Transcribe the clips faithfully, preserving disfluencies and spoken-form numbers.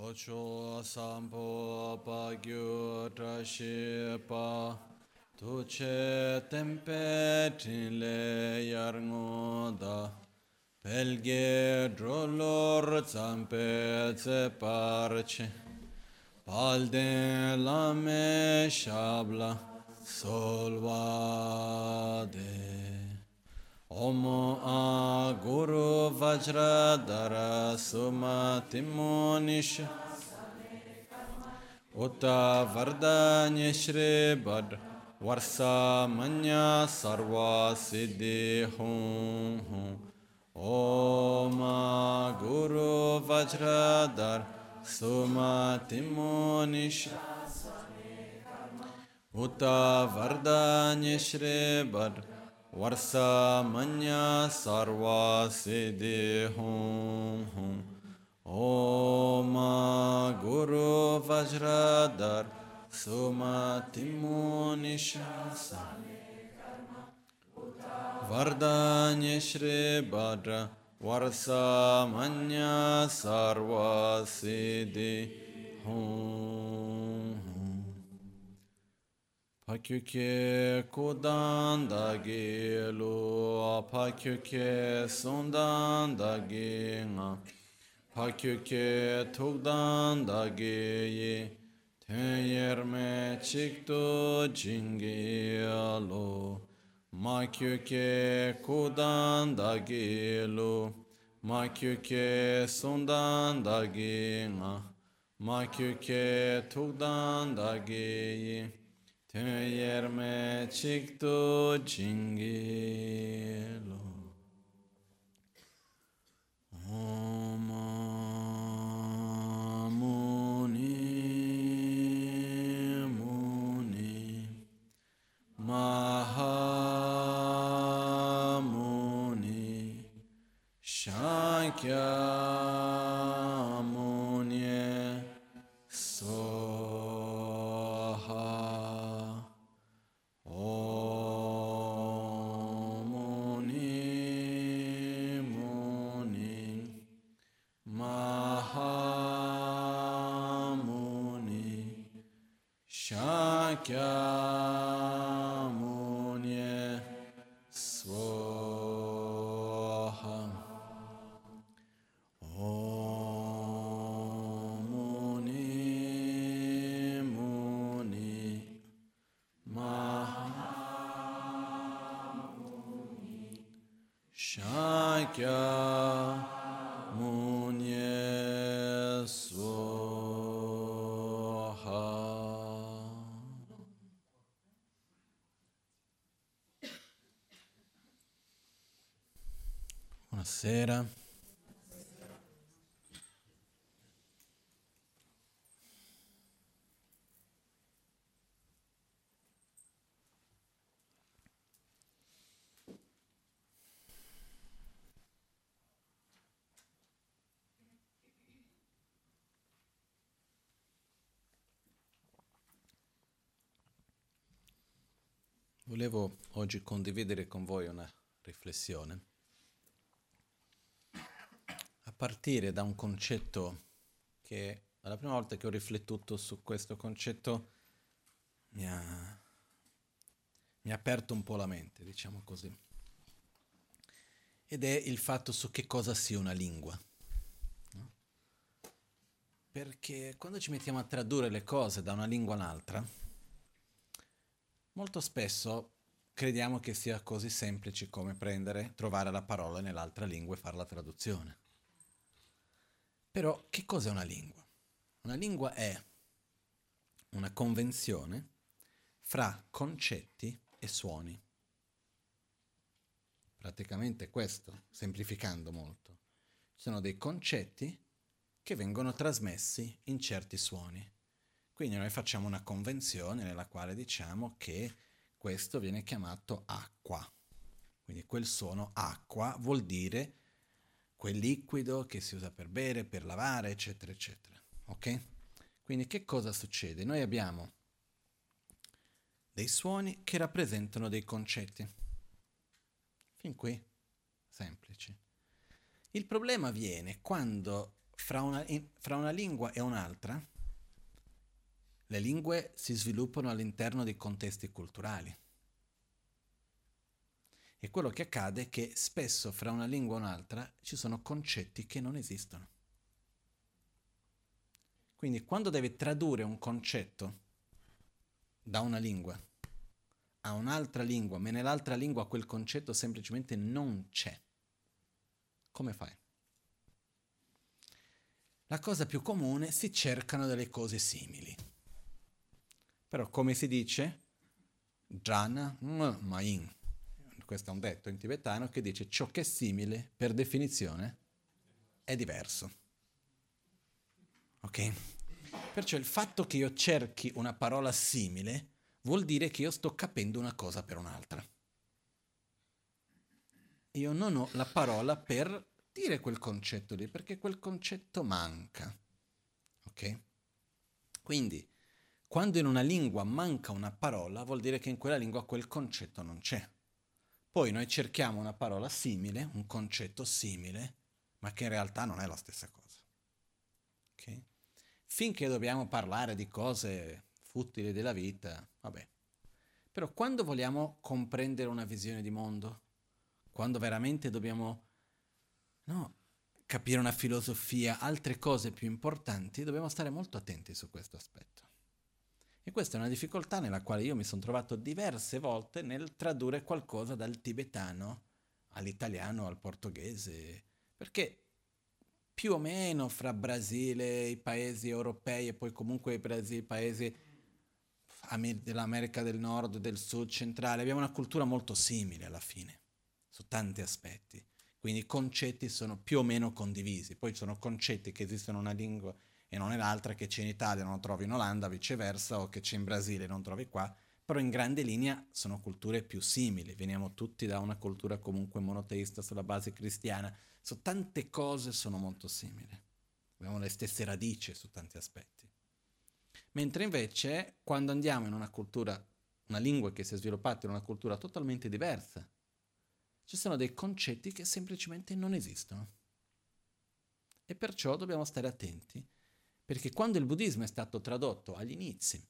Ocho sampo pa gyu trashi pa tuche tempe trile yarngo da pelge drolor zampe ze parche palde lame shabla solvade Om A Guru Vajradhara Sumatimonish Utta Vardanya Shri Bhadra Varsa Manya Sarva Siddhi Hum Hum Om A Guru Vajradhara Sumatimonish Utta Vardanya Shri Bhadra Varsa Manya Sarva Siddhi Hum Hum Om Guru Vajradhar Sumatimonish Vardanya Shri Bhadra Varsa Manya Sarva Siddhi Hum Pakyuke kudan da gelu, pakyuke sundan da ginga, pakyuke tugdan da geyi, tenyerme çiktu jingiyalu, makyuke kudan da gelu, makyuke sundan da ginga, makyuke tugdan da geyi, Teyerme çıktı cingilo. Om Muni Muni Mahamuni Shankya Muni Soha Shakyamuni Swaha Om Muni Muni Mahamuni Shakyamuni Swaha. Buonasera. Volevo oggi condividere con voi una riflessione a partire da un concetto che, la prima volta che ho riflettuto su questo concetto, mi ha, mi ha aperto un po' la mente, diciamo così. Ed è il fatto su che cosa sia una lingua. No? Perché quando ci mettiamo a tradurre le cose da una lingua all'altra, molto spesso crediamo che sia così semplice come prendere, trovare la parola nell'altra lingua e fare la traduzione. Però che cos'è una lingua? Una lingua è una convenzione fra concetti e suoni. Praticamente questo, semplificando molto. Ci sono dei concetti che vengono trasmessi in certi suoni. Quindi noi facciamo una convenzione nella quale diciamo che questo viene chiamato acqua. Quindi quel suono acqua vuol dire quel liquido che si usa per bere, per lavare, eccetera, eccetera. Ok? Quindi che cosa succede? Noi abbiamo dei suoni che rappresentano dei concetti. Fin qui, semplici. Il problema viene quando fra una, in, fra una lingua e un'altra, le lingue si sviluppano all'interno di contesti culturali. E quello che accade è che spesso fra una lingua e un'altra ci sono concetti che non esistono. Quindi quando devi tradurre un concetto da una lingua a un'altra lingua, ma nell'altra lingua quel concetto semplicemente non c'è, come fai? La cosa più comune, si cercano delle cose simili. Però come si dice? Jana main. Questo è un detto in tibetano che dice ciò che è simile, per definizione, è diverso. Ok? Perciò il fatto che io cerchi una parola simile vuol dire che io sto capendo una cosa per un'altra. Io non ho la parola per dire quel concetto lì, perché quel concetto manca. Ok? Quindi, quando in una lingua manca una parola, vuol dire che in quella lingua quel concetto non c'è. Poi noi cerchiamo una parola simile, un concetto simile, ma che in realtà non è la stessa cosa. Ok? Finché dobbiamo parlare di cose futili della vita, vabbè. Però quando vogliamo comprendere una visione di mondo, quando veramente dobbiamo, no, capire una filosofia, altre cose più importanti, dobbiamo stare molto attenti su questo aspetto. E questa è una difficoltà nella quale io mi sono trovato diverse volte nel tradurre qualcosa dal tibetano all'italiano, al portoghese, perché più o meno fra Brasile, i paesi europei e poi comunque i Brasili, i paesi dell'America del Nord, del Sud, centrale, abbiamo una cultura molto simile alla fine, su tanti aspetti. Quindi i concetti sono più o meno condivisi. Poi sono concetti che esistono in una lingua e non nell'altra, che c'è in Italia non trovi in Olanda, viceversa, o che c'è in Brasile non trovi qua, però in grande linea sono culture più simili. Veniamo tutti da una cultura comunque monoteista sulla base cristiana. Su tante cose sono molto simili. Abbiamo le stesse radici su tanti aspetti. Mentre invece quando andiamo in una cultura, una lingua che si è sviluppata in una cultura totalmente diversa, ci sono dei concetti che semplicemente non esistono. E perciò dobbiamo stare attenti, perché quando il buddismo è stato tradotto agli inizi,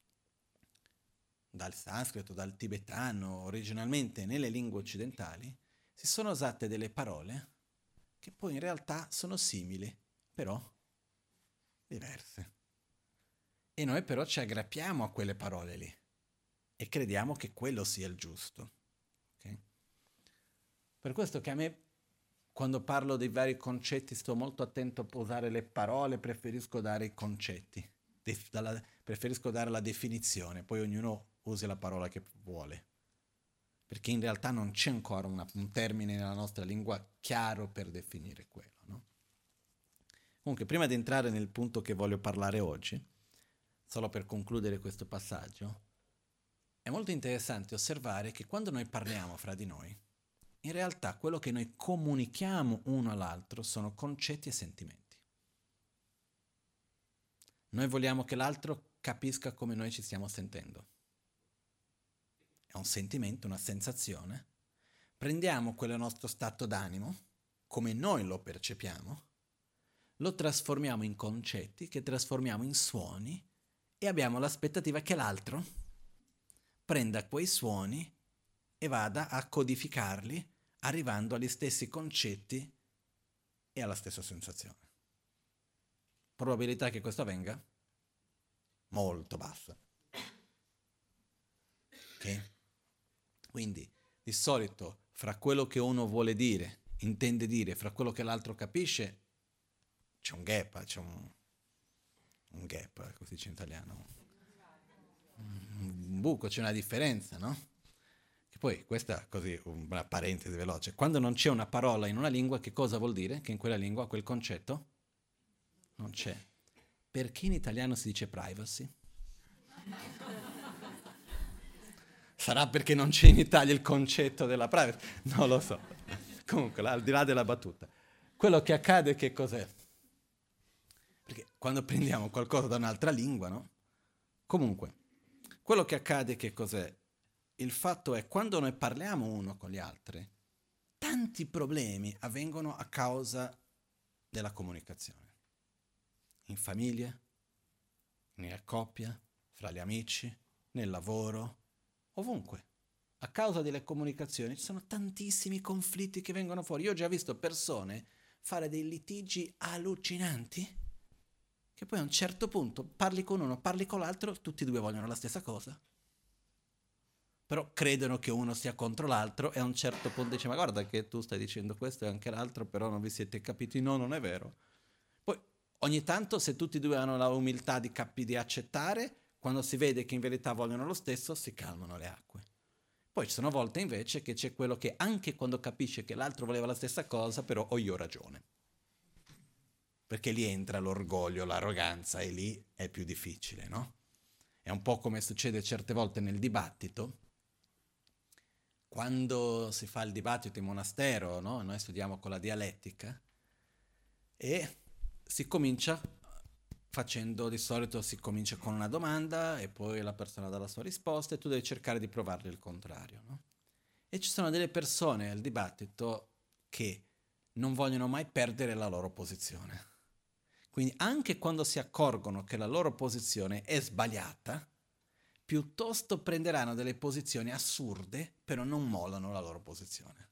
dal sanscrito, dal tibetano, originalmente nelle lingue occidentali, si sono usate delle parole che poi in realtà sono simili, però diverse. E noi però ci aggrappiamo a quelle parole lì e crediamo che quello sia il giusto. Okay? Per questo che a me, quando parlo dei vari concetti, sto molto attento a usare le parole, preferisco dare i concetti, def- dalla, preferisco dare la definizione, poi ognuno usi la parola che vuole. Perché in realtà non c'è ancora una, un termine nella nostra lingua chiaro per definire quello. No? Comunque, prima di entrare nel punto che voglio parlare oggi, solo per concludere questo passaggio, è molto interessante osservare che quando noi parliamo fra di noi, in realtà quello che noi comunichiamo uno all'altro sono concetti e sentimenti. Noi vogliamo che l'altro capisca come noi ci stiamo sentendo. È un sentimento, una sensazione. Prendiamo quel nostro stato d'animo, come noi lo percepiamo, lo trasformiamo in concetti, che trasformiamo in suoni, e abbiamo l'aspettativa che l'altro prenda quei suoni e vada a codificarli, arrivando agli stessi concetti e alla stessa sensazione. Probabilità che questo avvenga? Molto bassa. Ok? Quindi, di solito, fra quello che uno vuole dire, intende dire, fra quello che l'altro capisce, c'è un gap, c'è un, un gap, così dice in italiano. Un buco, c'è una differenza, no? Che poi, questa così, una parentesi veloce, quando non c'è una parola in una lingua, che cosa vuol dire? Che in quella lingua quel concetto non c'è. Perché in italiano si dice privacy? Sarà perché non c'è in Italia il concetto della privacy? Non lo so. Comunque, al di là della battuta. Quello che accade che cos'è? Perché quando prendiamo qualcosa da un'altra lingua, no? Comunque, quello che accade che cos'è? Il fatto è quando noi parliamo uno con gli altri, tanti problemi avvengono a causa della comunicazione. in famiglia, nella coppia, fra gli amici, nel lavoro, ovunque. A causa delle comunicazioni ci sono tantissimi conflitti che vengono fuori. Io ho già visto persone fare dei litigi allucinanti che poi a un certo punto parli con uno, parli con l'altro, tutti e due vogliono la stessa cosa. Però credono che uno sia contro l'altro e a un certo punto dice ma guarda che tu stai dicendo questo e anche l'altro, però non vi siete capiti, no, non è vero. Poi ogni tanto se tutti e due hanno la umiltà di, capi- di accettare, quando si vede che in verità vogliono lo stesso, si calmano le acque. Poi ci sono volte invece che c'è quello che anche quando capisce che l'altro voleva la stessa cosa, però ho io ragione. Perché lì entra l'orgoglio, l'arroganza e lì è più difficile, no? È un po' come succede certe volte nel dibattito. Quando si fa il dibattito in monastero, no? Noi studiamo con la dialettica e si comincia facendo, di solito si comincia con una domanda e poi la persona dà la sua risposta e tu devi cercare di provargli il contrario, no? E ci sono delle persone al dibattito che non vogliono mai perdere la loro posizione. Quindi anche quando si accorgono che la loro posizione è sbagliata, piuttosto prenderanno delle posizioni assurde, però non mollano la loro posizione.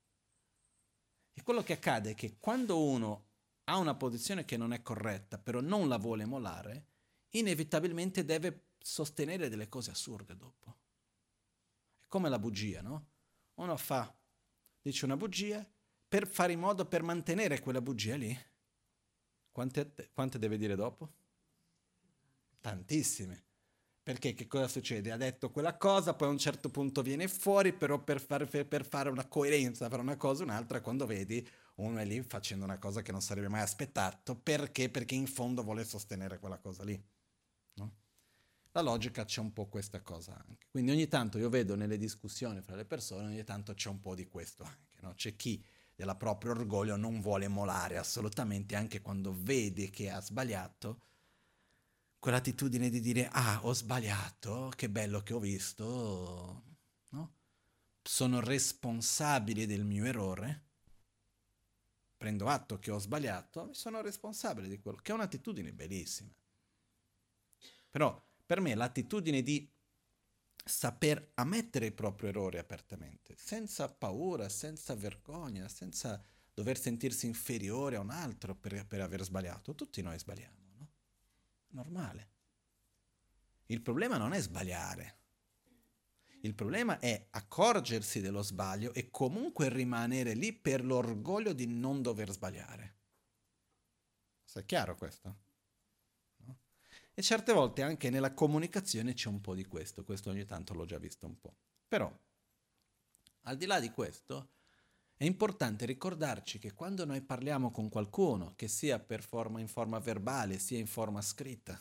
E quello che accade è che quando uno ha una posizione che non è corretta, però non la vuole mollare, inevitabilmente deve sostenere delle cose assurde dopo. È come la bugia, no? Uno fa, dice una bugia, per fare in modo per mantenere quella bugia lì. Quante, quante deve dire dopo? Tantissime. Perché che cosa succede? Ha detto quella cosa, poi a un certo punto viene fuori, però per fare, per fare una coerenza fra una cosa e un'altra, quando vedi uno è lì facendo una cosa che non sarebbe mai aspettato, perché? Perché in fondo vuole sostenere quella cosa lì. No? La logica c'è un po' questa cosa anche. Quindi ogni tanto io vedo nelle discussioni fra le persone, ogni tanto c'è un po' di questo anche. No? C'è chi della proprio orgoglio non vuole molare assolutamente, anche quando vede che ha sbagliato, quell'attitudine di dire ah ho sbagliato, che bello che ho visto, no? Sono responsabile del mio errore, prendo atto che ho sbagliato, sono responsabile di quello, che è un'attitudine bellissima. Però per me l'attitudine di saper ammettere il proprio errore apertamente, senza paura, senza vergogna, senza dover sentirsi inferiore a un altro per, per aver sbagliato, tutti noi sbagliamo. Normale. Il problema non è sbagliare. Il problema è accorgersi dello sbaglio e comunque rimanere lì per l'orgoglio di non dover sbagliare. È chiaro questo? No? E certe volte anche nella comunicazione c'è un po' di questo, questo ogni tanto l'ho già visto un po'. Però, al di là di questo, è importante ricordarci che quando noi parliamo con qualcuno, che sia per forma, in forma verbale, sia in forma scritta,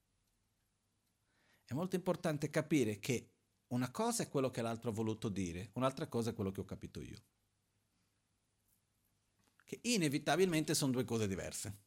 è molto importante capire che una cosa è quello che l'altro ha voluto dire, un'altra cosa è quello che ho capito io. Che inevitabilmente sono due cose diverse.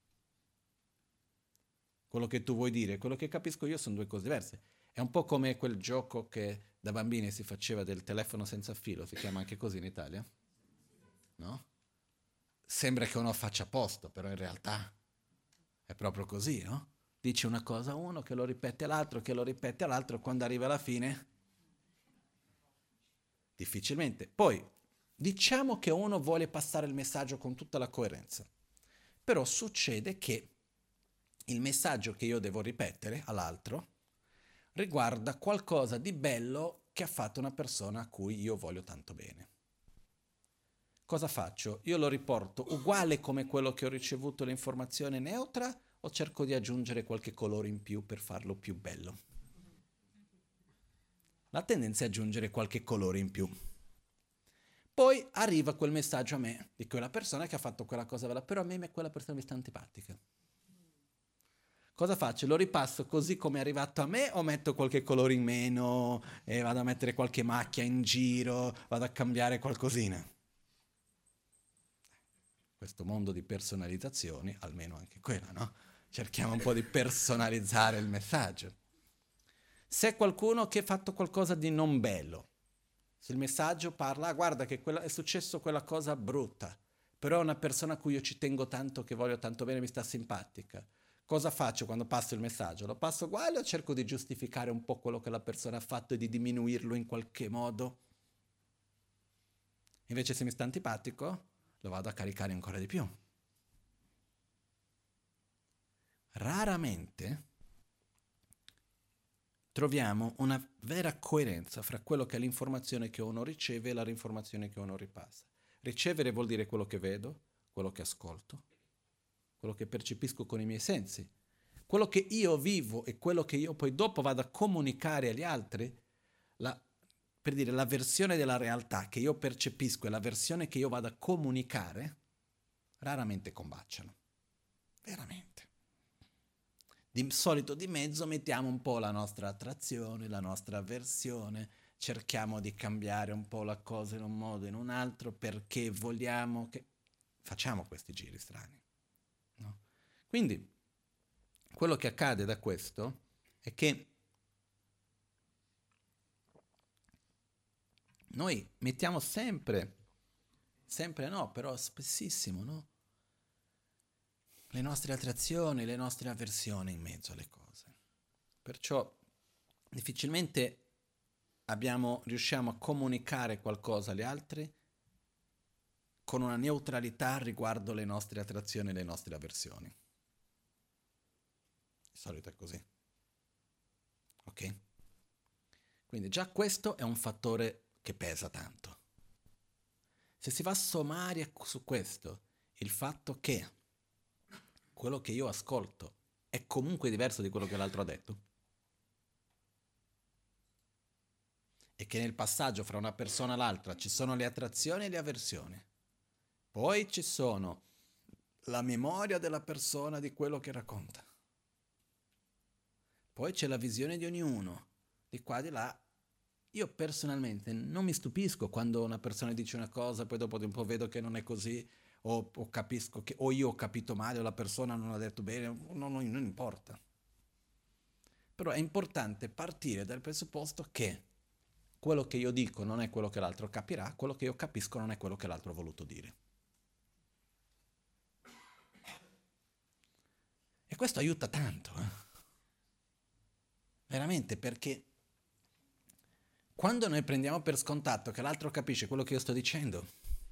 Quello che tu vuoi dire e quello che capisco io sono due cose diverse. È un po' come quel gioco che da bambini si faceva del telefono senza filo, si chiama anche così in Italia, no? Sembra che uno faccia apposta, però in realtà è proprio così, no? Dice una cosa a uno, che lo ripete all'altro, che lo ripete all'altro, quando arriva alla fine difficilmente. Poi, diciamo che uno vuole passare il messaggio con tutta la coerenza, però succede che il messaggio che io devo ripetere all'altro riguarda qualcosa di bello che ha fatto una persona a cui io voglio tanto bene. Cosa faccio? Io lo riporto uguale come quello che ho ricevuto l'informazione neutra o cerco di aggiungere qualche colore in più per farlo più bello? La tendenza è aggiungere qualche colore in più. Poi arriva quel messaggio a me di quella persona che ha fatto quella cosa bella, però a me quella persona mi sta antipatica. Cosa faccio? Lo ripasso così come è arrivato a me o metto qualche colore in meno e vado a mettere qualche macchia in giro, vado a cambiare qualcosina? Questo mondo di personalizzazioni, almeno anche quella, no? Cerchiamo un po' di personalizzare il messaggio. Se è qualcuno che ha fatto qualcosa di non bello, se il messaggio parla, ah, guarda che quella, è successo quella cosa brutta, però è una persona a cui io ci tengo tanto, che voglio tanto bene, mi sta simpatica. Cosa faccio quando passo il messaggio? Lo passo uguale o cerco di giustificare un po' quello che la persona ha fatto e di diminuirlo in qualche modo? Invece se mi sta antipatico, lo vado a caricare ancora di più. Raramente troviamo una vera coerenza fra quello che è l'informazione che uno riceve e la informazione che uno ripassa. Ricevere vuol dire quello che vedo, quello che ascolto, quello che percepisco con i miei sensi. Quello che io vivo e quello che io poi dopo vado a comunicare agli altri, la, per dire la versione della realtà che io percepisco e la versione che io vado a comunicare, raramente combaciano. Veramente. Di solito di mezzo mettiamo un po' la nostra attrazione, la nostra avversione, cerchiamo di cambiare un po' la cosa in un modo o in un altro perché vogliamo che... Facciamo questi giri strani. No? Quindi, quello che accade da questo è che noi mettiamo sempre, sempre no, però spessissimo, no? Le nostre attrazioni, le nostre avversioni in mezzo alle cose. Perciò difficilmente abbiamo, riusciamo a comunicare qualcosa agli altri con una neutralità riguardo le nostre attrazioni e le nostre avversioni. Di solito è così. Ok? Quindi già questo è un fattore che pesa tanto. Se si va a sommare su questo il fatto che quello che io ascolto è comunque diverso di quello che l'altro ha detto, e che nel passaggio fra una persona e l'altra ci sono le attrazioni e le avversioni, poi ci sono la memoria della persona di quello che racconta, poi c'è la visione di ognuno, di qua e di là. Io personalmente non mi stupisco quando una persona dice una cosa, poi dopo un po' vedo che non è così, o, o capisco che o io ho capito male o la persona non ha detto bene, non, non, non importa. Però è importante partire dal presupposto che quello che io dico non è quello che l'altro capirà, quello che io capisco non è quello che l'altro ha voluto dire. E questo aiuta tanto, eh? Veramente, perché quando noi prendiamo per scontato che l'altro capisce quello che io sto dicendo,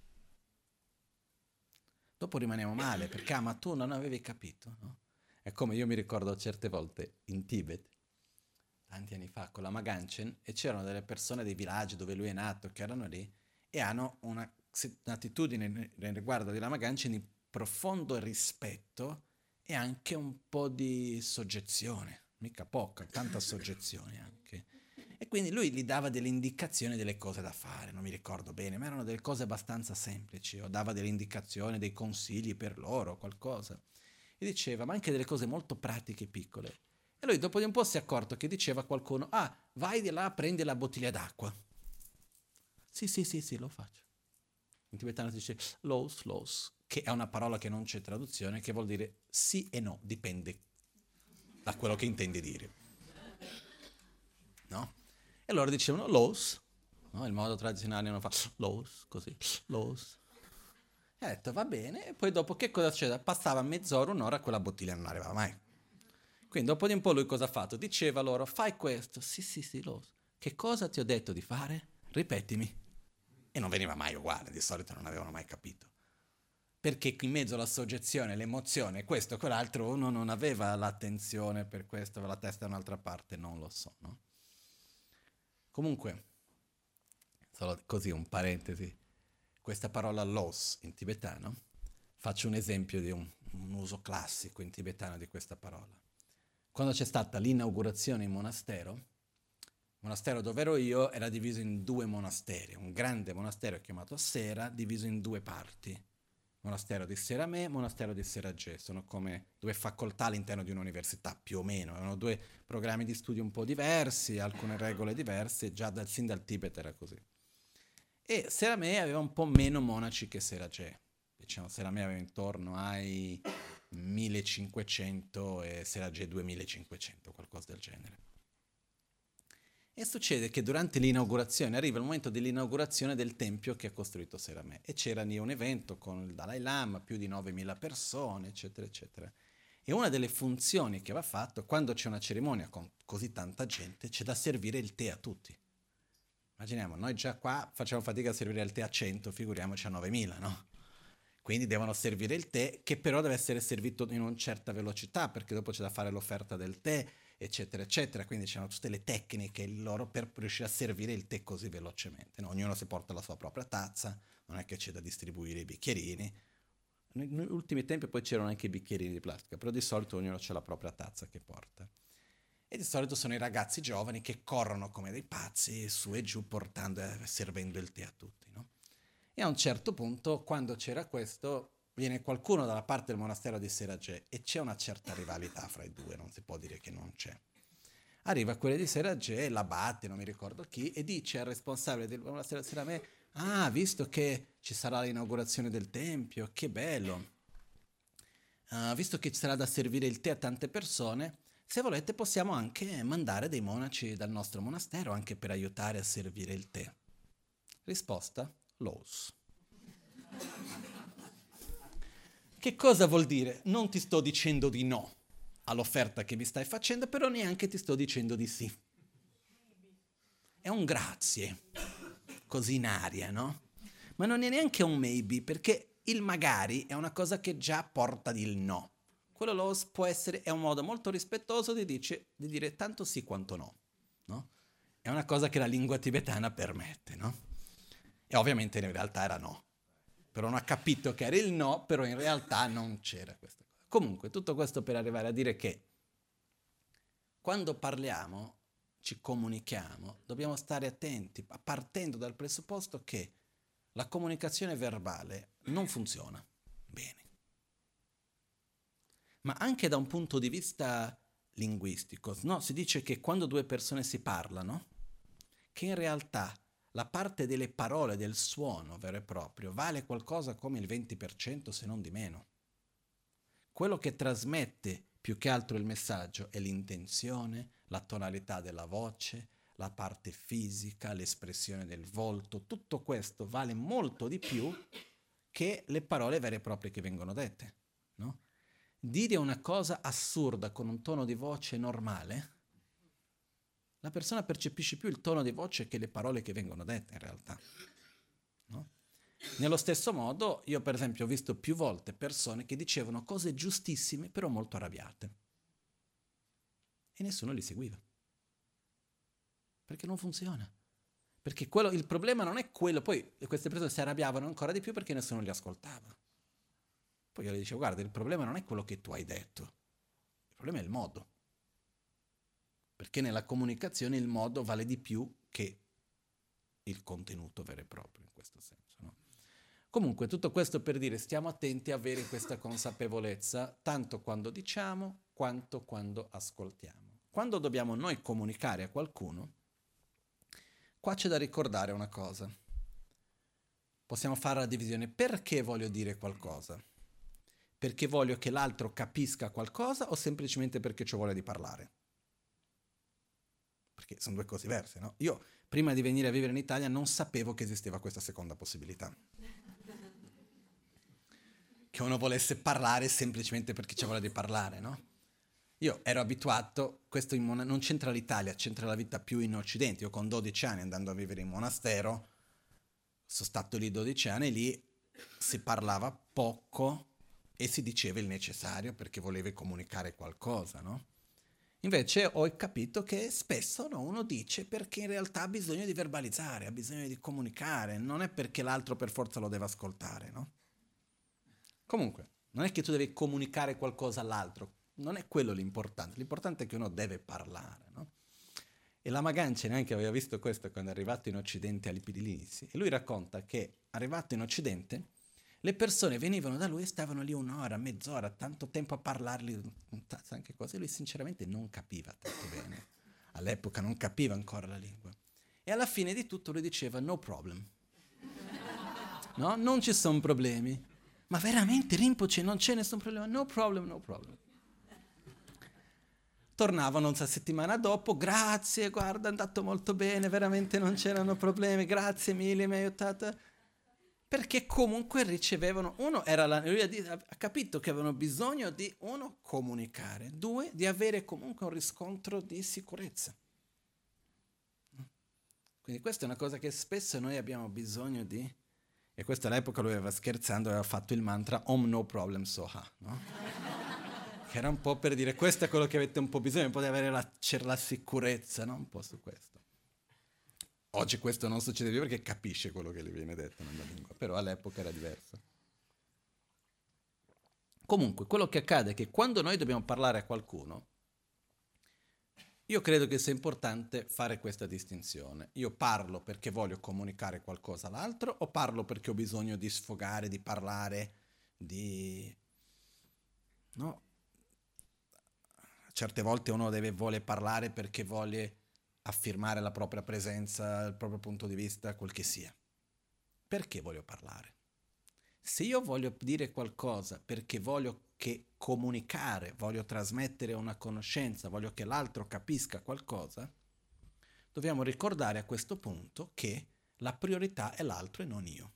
dopo rimaniamo male, perché ah, ma tu non avevi capito, no? È come io mi ricordo certe volte in Tibet, tanti anni fa, con la Maganchen, e c'erano delle persone dei villaggi dove lui è nato, che erano lì, e hanno una, un'attitudine nel riguardo della Maganchen di profondo rispetto e anche un po' di soggezione, mica poca, tanta soggezione anche. E quindi lui gli dava delle indicazioni delle cose da fare, non mi ricordo bene, ma erano delle cose abbastanza semplici, o dava delle indicazioni, dei consigli per loro, qualcosa. E diceva, ma anche delle cose molto pratiche e piccole. E lui dopo di un po' si è accorto che diceva a qualcuno, ah, vai di là, prendi la bottiglia d'acqua. Sì, sì, sì, sì, lo faccio. In tibetano si dice los, los, che è una parola che non c'è traduzione, che vuol dire sì e no, dipende da quello che intendi dire. No? E loro dicevano los, no? Il modo tradizionale non fa los, così, los. E ha detto va bene, e poi dopo che cosa succede? Passava mezz'ora, un'ora, quella bottiglia non arrivava mai. Quindi dopo di un po' lui cosa ha fatto? Diceva loro, fai questo, sì sì sì, los. Che cosa ti ho detto di fare? Ripetimi. E non veniva mai uguale, di solito non avevano mai capito. Perché in mezzo alla soggezione, l'emozione, questo e quell'altro, uno non aveva l'attenzione per questo, la testa da un'altra parte, non lo so, no? Comunque, solo così un parentesi, questa parola los in tibetano, faccio un esempio di un, un uso classico in tibetano di questa parola. Quando c'è stata l'inaugurazione in monastero, il monastero dove ero io era diviso in due monasteri, un grande monastero chiamato Sera, diviso in due parti. Monastero di Seramè, monastero di Seragè, sono come due facoltà all'interno di un'università, più o meno, erano due programmi di studio un po' diversi, alcune regole diverse, già dal, sin dal Tibet era così. E Seramè aveva un po' meno monaci che Seragè, diciamo Seramè aveva intorno ai millecinquecento e Seragè duemilacinquecento, qualcosa del genere. E succede che durante l'inaugurazione, arriva il momento dell'inaugurazione del tempio che ha costruito Seramè, e c'era lì un evento con il Dalai Lama, più di novemila persone, eccetera, eccetera. E E una delle funzioni che va fatto, quando c'è una cerimonia con così tanta gente, c'è da servire il tè a tutti. Immaginiamo, noi già qua facciamo fatica a servire il tè a cento, figuriamoci a novemila, no? Quindi devono servire il tè, che però deve essere servito in una certa velocità, perché dopo c'è da fare l'offerta del tè, eccetera, eccetera. Quindi c'erano tutte le tecniche loro per riuscire a servire il tè così velocemente, no? Ognuno si porta la sua propria tazza, non è che c'è da distribuire i bicchierini. Negli ultimi tempi poi c'erano anche i bicchierini di plastica, però di solito ognuno ha la propria tazza che porta. E di solito sono i ragazzi giovani che corrono come dei pazzi su e giù portando e servendo il tè a tutti, no? E a un certo punto, quando c'era questo, viene qualcuno dalla parte del monastero di Seragè e c'è una certa rivalità fra i due, non si può dire che non c'è. Arriva quello di Seragè, la batte, non mi ricordo chi, e dice al responsabile del monastero di Seragè: ah, visto che ci sarà l'inaugurazione del tempio, che bello, uh, visto che ci sarà da servire il tè a tante persone, se volete possiamo anche mandare dei monaci dal nostro monastero anche per aiutare a servire il tè. Risposta: Laws. Che cosa vuol dire? Non ti sto dicendo di no all'offerta che mi stai facendo, però neanche ti sto dicendo di sì. È un grazie, così in aria, no? Ma non è neanche un maybe, perché il magari è una cosa che già porta il no. Quello Laws può essere, è un modo molto rispettoso di, dice, di dire tanto sì quanto no, no? È una cosa che la lingua tibetana permette, no? E ovviamente in realtà era no. Però non ha capito che era il no, però in realtà non c'era questa cosa. Comunque, tutto questo per arrivare a dire che quando parliamo, ci comunichiamo, dobbiamo stare attenti, partendo dal presupposto che la comunicazione verbale non funziona bene. Ma anche da un punto di vista linguistico, no? Si dice che quando due persone si parlano, che in realtà la parte delle parole, del suono vero e proprio, vale qualcosa come il venti per cento se non di meno. Quello che trasmette più che altro il messaggio è l'intenzione, la tonalità della voce, la parte fisica, l'espressione del volto. Tutto questo vale molto di più che le parole vere e proprie che vengono dette, no? Dire una cosa assurda con un tono di voce normale, la persona percepisce più il tono di voce che le parole che vengono dette in realtà, no? Nello stesso modo, io per esempio ho visto più volte persone che dicevano cose giustissime però molto arrabbiate e nessuno li seguiva, perché non funziona. Perché quello, il problema non è quello, poi queste persone si arrabbiavano ancora di più perché nessuno li ascoltava. Poi io le dicevo: guarda, il problema non è quello che tu hai detto, il problema è il modo. Perché nella comunicazione il modo vale di più che il contenuto vero e proprio, in questo senso, no? Comunque, tutto questo per dire, stiamo attenti a avere questa consapevolezza, tanto quando diciamo, quanto quando ascoltiamo. Quando dobbiamo noi comunicare a qualcuno, qua c'è da ricordare una cosa. Possiamo fare la divisione: perché voglio dire qualcosa? Perché voglio che l'altro capisca qualcosa o semplicemente perché c'ho voglia di parlare? Perché sono due cose diverse, no? Io, prima di venire a vivere in Italia, non sapevo che esisteva questa seconda possibilità. Che uno volesse parlare semplicemente perché c'è voglia di parlare, no? Io ero abituato, questo in mon- non c'entra l'Italia, c'entra la vita più in Occidente. Io con dodici anni, andando a vivere in monastero, sono stato lì dodici anni, lì si parlava poco e si diceva il necessario perché volevi comunicare qualcosa, no? Invece ho capito che spesso no, uno dice perché in realtà ha bisogno di verbalizzare, ha bisogno di comunicare, non è perché l'altro per forza lo deve ascoltare, no? Comunque, non è che tu devi comunicare qualcosa all'altro, non è quello l'importante, l'importante è che uno deve parlare, no? E la Magancia neanche aveva visto questo quando è arrivato in Occidente all'Ipidilisi, e lui racconta che arrivato in Occidente le persone venivano da lui e stavano lì un'ora, mezz'ora, tanto tempo a parlargli anche cose, e lui sinceramente non capiva tanto bene, all'epoca non capiva ancora la lingua, e alla fine di tutto lui diceva no problem, no? Non ci sono problemi. Ma veramente Rinpoche non c'è nessun problema? No problem, no problem. Tornavano una settimana dopo: grazie, guarda, è andato molto bene, veramente non c'erano problemi, grazie mille, mi hai aiutato. Perché comunque ricevevano, uno era la, lui ha, ha capito che avevano bisogno di, uno, comunicare, due, di avere comunque un riscontro di sicurezza. Quindi questa è una cosa che spesso noi abbiamo bisogno di, e questa all'epoca lui aveva scherzando, aveva fatto il mantra Om no problem soha, no? Che era un po' per dire questo è quello che avete un po' bisogno, un po' di avere la, la sicurezza, no? Un po' su questo. Oggi questo non succede più perché capisce quello che gli viene detto nella lingua, però all'epoca era diverso. Comunque, quello che accade è che quando noi dobbiamo parlare a qualcuno, io credo che sia importante fare questa distinzione. Io parlo perché voglio comunicare qualcosa all'altro o parlo perché ho bisogno di sfogare, di parlare, di... no? Certe volte uno deve, vuole parlare perché vuole affermare la propria presenza, il proprio punto di vista, quel che sia. Perché voglio parlare? Se io voglio dire qualcosa perché voglio che comunicare, voglio trasmettere una conoscenza, voglio che l'altro capisca qualcosa, dobbiamo ricordare a questo punto che la priorità è l'altro e non io.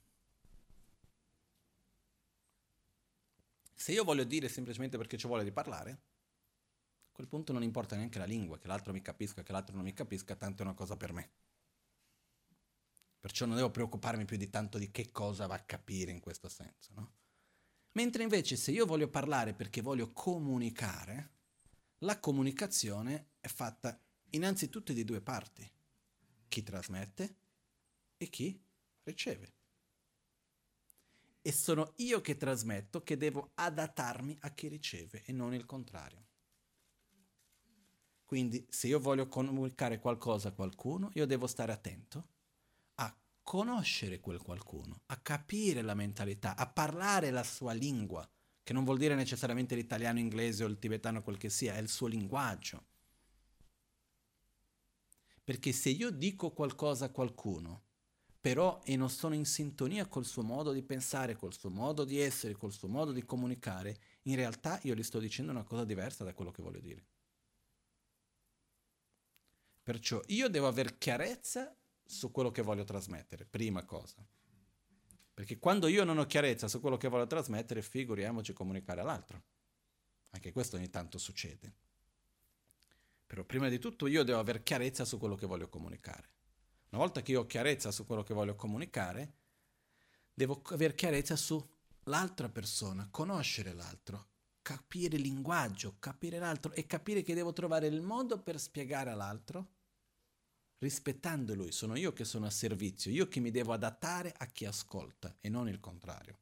Se io voglio dire semplicemente perché ci vuole di parlare, a quel punto non importa neanche la lingua, che l'altro mi capisca, che l'altro non mi capisca, tanto è una cosa per me. Perciò non devo preoccuparmi più di tanto di che cosa va a capire in questo senso, no? Mentre invece se io voglio parlare perché voglio comunicare, la comunicazione è fatta innanzitutto di due parti, chi trasmette e chi riceve. E sono io che trasmetto che devo adattarmi a chi riceve e non il contrario. Quindi se io voglio comunicare qualcosa a qualcuno, io devo stare attento a conoscere quel qualcuno, a capire la mentalità, a parlare la sua lingua, che non vuol dire necessariamente l'italiano, inglese o il tibetano, quel che sia, è il suo linguaggio. Perché se io dico qualcosa a qualcuno, però e non sono in sintonia col suo modo di pensare, col suo modo di essere, col suo modo di comunicare, in realtà io gli sto dicendo una cosa diversa da quello che voglio dire. Perciò io devo avere chiarezza su quello che voglio trasmettere, prima cosa. Perché quando io non ho chiarezza su quello che voglio trasmettere, figuriamoci comunicare all'altro. Anche questo ogni tanto succede. Però prima di tutto io devo avere chiarezza su quello che voglio comunicare. Una volta che io ho chiarezza su quello che voglio comunicare, devo avere chiarezza sull'altra persona, conoscere l'altro, capire il linguaggio, capire l'altro e capire che devo trovare il modo per spiegare all'altro rispettando lui. Sono io che sono a servizio, io che mi devo adattare a chi ascolta e non il contrario.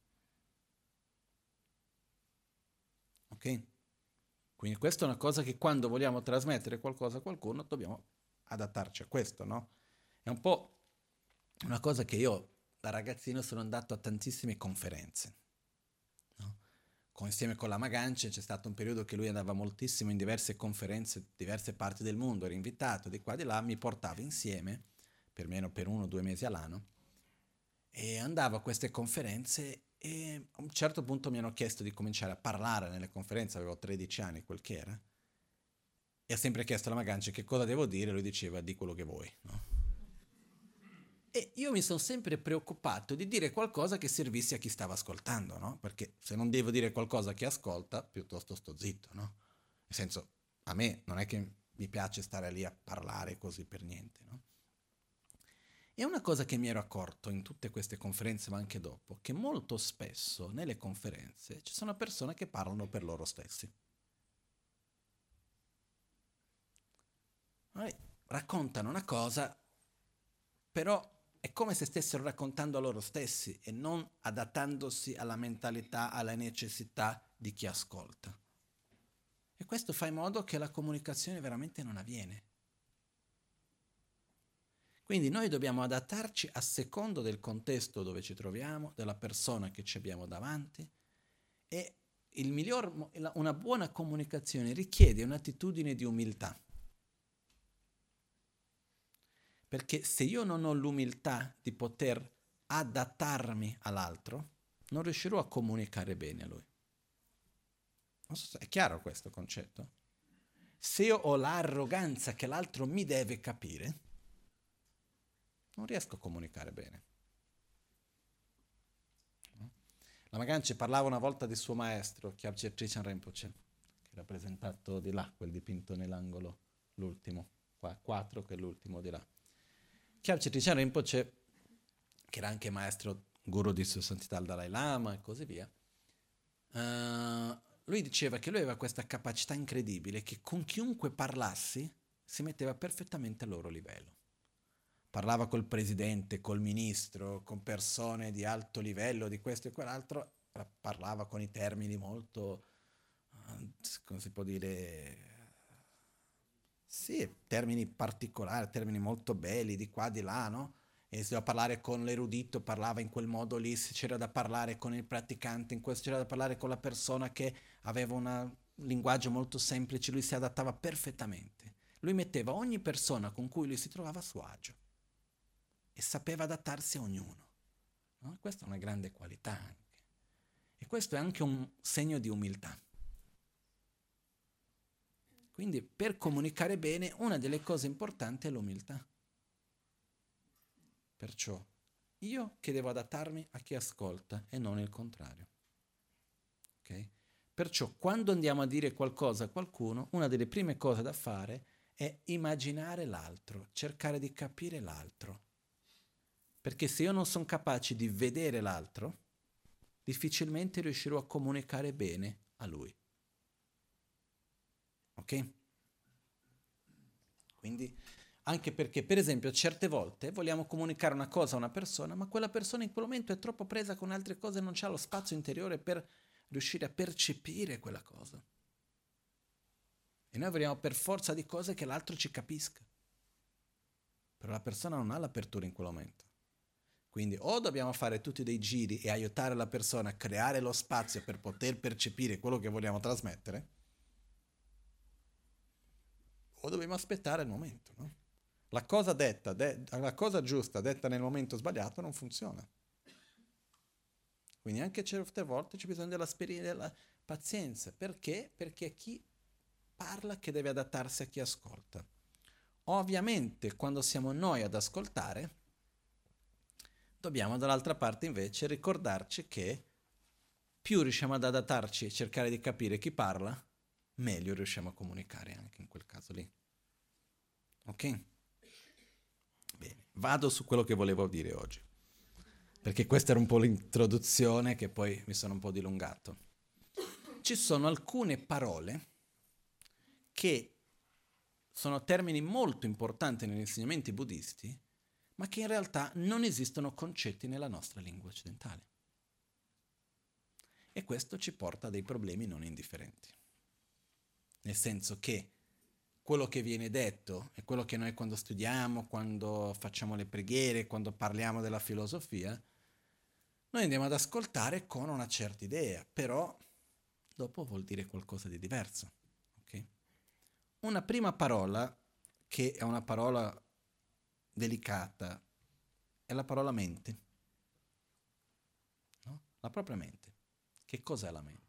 Ok? Quindi questa è una cosa che quando vogliamo trasmettere qualcosa a qualcuno dobbiamo adattarci a questo, no? È un po' una cosa che io da ragazzino sono andato a tantissime conferenze, no? Con, insieme con la Magancia c'è stato un periodo che lui andava moltissimo in diverse conferenze, diverse parti del mondo, era invitato di qua e di là, mi portava insieme, per meno per uno o due mesi all'anno, e andavo a queste conferenze e a un certo punto mi hanno chiesto di cominciare a parlare nelle conferenze, avevo tredici anni, quel che era, e ha sempre chiesto alla Magancia che cosa devo dire, lui diceva di quello che vuoi, no? E io mi sono sempre preoccupato di dire qualcosa che servisse a chi stava ascoltando, no? Perché se non devo dire qualcosa a chi ascolta, piuttosto sto zitto, no? Nel senso, a me non è che mi piace stare lì a parlare così per niente, no? E una cosa che mi ero accorto in tutte queste conferenze, ma anche dopo, che molto spesso nelle conferenze ci sono persone che parlano per loro stessi. Raccontano una cosa, però è come se stessero raccontando a loro stessi e non adattandosi alla mentalità, alla necessità di chi ascolta. E questo fa in modo che la comunicazione veramente non avviene. Quindi noi dobbiamo adattarci a secondo del contesto dove ci troviamo, della persona che ci abbiamo davanti, e il miglior, una buona comunicazione richiede un'attitudine di umiltà. Perché se io non ho l'umiltà di poter adattarmi all'altro, non riuscirò a comunicare bene a lui. Non so se è chiaro questo concetto. Se io ho l'arroganza che l'altro mi deve capire, non riesco a comunicare bene. Lama Ganche parlava una volta di suo maestro, Kyabje Trichan Rinpoche, che è rappresentato di là, quel dipinto nell'angolo, l'ultimo, qua, quattro, che è l'ultimo di là. Kyabje Trichan Rinpoche, che era anche maestro guru di Sua Santità il Dalai Lama e così via, uh, lui diceva che lui aveva questa capacità incredibile che con chiunque parlassi si metteva perfettamente al loro livello. Parlava col presidente, col ministro, con persone di alto livello, di questo e quell'altro, parlava con i termini molto, come si può dire, sì, termini particolari, termini molto belli, di qua, di là, no? E se doveva parlare con l'erudito, parlava in quel modo lì, se c'era da parlare con il praticante, in questo c'era da parlare con la persona che aveva una, un linguaggio molto semplice, lui si adattava perfettamente. Lui metteva ogni persona con cui lui si trovava a suo agio e sapeva adattarsi a ognuno. No? Questa è una grande qualità anche. E questo è anche un segno di umiltà. Quindi per comunicare bene una delle cose importanti è l'umiltà. Perciò io che devo adattarmi a chi ascolta e non il contrario. Okay? Perciò quando andiamo a dire qualcosa a qualcuno, una delle prime cose da fare è immaginare l'altro, cercare di capire l'altro. Perché se io non sono capace di vedere l'altro, difficilmente riuscirò a comunicare bene a lui. Ok? Quindi, anche perché, per esempio, certe volte vogliamo comunicare una cosa a una persona, ma quella persona in quel momento è troppo presa con altre cose e non c'ha lo spazio interiore per riuscire a percepire quella cosa. E noi vogliamo per forza di cose che l'altro ci capisca. Però la persona non ha l'apertura in quel momento. Quindi o dobbiamo fare tutti dei giri e aiutare la persona a creare lo spazio per poter percepire quello che vogliamo trasmettere, o dobbiamo aspettare il momento, no? La cosa detta, de- la cosa giusta detta nel momento sbagliato non funziona. Quindi anche certe volte c'è bisogno della, speri- della pazienza. Perché? Perché è chi parla che deve adattarsi a chi ascolta. Ovviamente quando siamo noi ad ascoltare, dobbiamo dall'altra parte invece ricordarci che più riusciamo ad adattarci e cercare di capire chi parla, meglio riusciamo a comunicare anche in quel caso lì. Ok? Bene, vado su quello che volevo dire oggi, perché questa era un po' l'introduzione che poi mi sono un po' dilungato. Ci sono alcune parole che sono termini molto importanti negli insegnamenti buddisti, ma che in realtà non esistono concetti nella nostra lingua occidentale. E questo ci porta a dei problemi non indifferenti. Nel senso che quello che viene detto è quello che noi quando studiamo, quando facciamo le preghiere, quando parliamo della filosofia, noi andiamo ad ascoltare con una certa idea, però dopo vuol dire qualcosa di diverso. Okay? Una prima parola, che è una parola delicata, è la parola mente. No? La propria mente. Che cos'è la mente?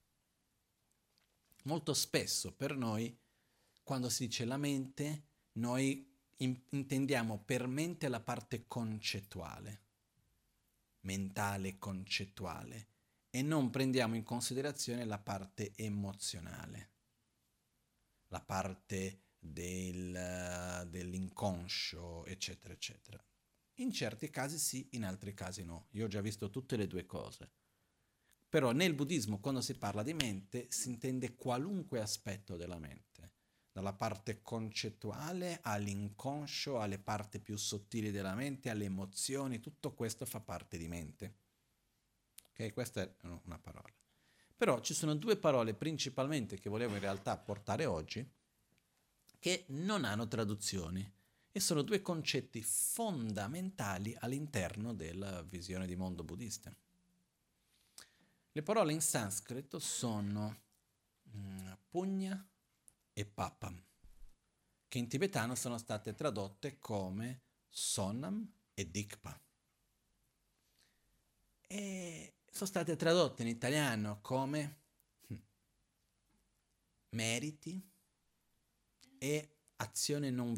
Molto spesso per noi, quando si dice la mente, noi in- intendiamo per mente la parte concettuale, mentale, concettuale, e non prendiamo in considerazione la parte emozionale, la parte del, dell'inconscio, eccetera, eccetera. In certi casi sì, in altri casi no. Io ho già visto tutte le due cose. Però nel buddismo, quando si parla di mente, si intende qualunque aspetto della mente, dalla parte concettuale all'inconscio, alle parti più sottili della mente, alle emozioni, tutto questo fa parte di mente. Ok, questa è una parola. Però ci sono due parole principalmente che volevo in realtà portare oggi, che non hanno traduzioni e sono due concetti fondamentali all'interno della visione di mondo buddista. Le parole in sanscrito sono mm, punya e papam, che in tibetano sono state tradotte come sonam e dikpa. E sono state tradotte in italiano come hm, meriti e azioni non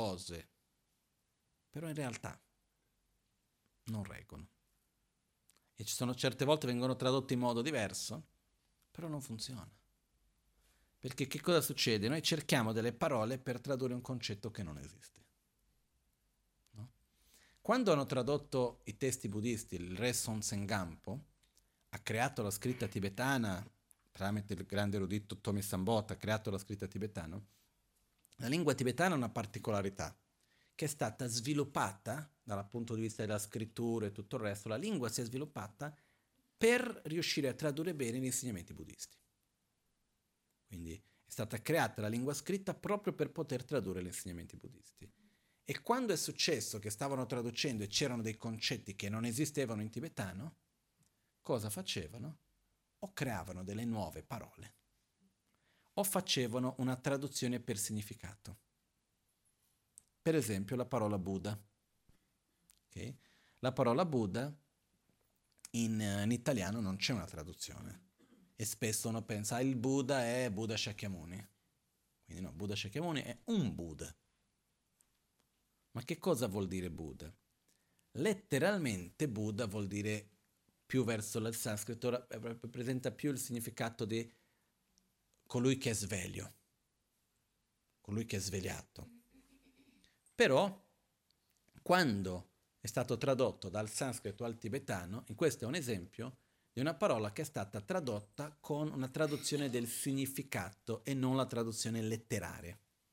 virtuose, però in realtà non reggono. E ci sono certe volte vengono tradotti in modo diverso, però non funziona. Perché che cosa succede? Noi cerchiamo delle parole per tradurre un concetto che non esiste. No? Quando hanno tradotto i testi buddisti, il re Sonsengampo ha creato la scritta tibetana, tramite il grande erudito Tomi Sambota, ha creato la scritta tibetana, la lingua tibetana ha una particolarità, che è stata sviluppata dal punto di vista della scrittura e tutto il resto, la lingua si è sviluppata per riuscire a tradurre bene gli insegnamenti buddisti. Quindi è stata creata la lingua scritta proprio per poter tradurre gli insegnamenti buddisti. E quando è successo che stavano traducendo e c'erano dei concetti che non esistevano in tibetano, cosa facevano? O creavano delle nuove parole, o facevano una traduzione per significato. Per esempio la parola Buddha. Okay? La parola Buddha in, in italiano non c'è una traduzione. E spesso uno pensa, ah, il Buddha è Buddha Shakyamuni. Quindi no, Buddha Shakyamuni è un Buddha. Ma che cosa vuol dire Buddha? Letteralmente Buddha vuol dire, più verso il sanscrito, rappresenta più il significato di colui che è sveglio, colui che è svegliato. Però, quando è stato tradotto dal sanscrito al tibetano, in questo è un esempio di una parola che è stata tradotta con una traduzione del significato e non la traduzione letteraria.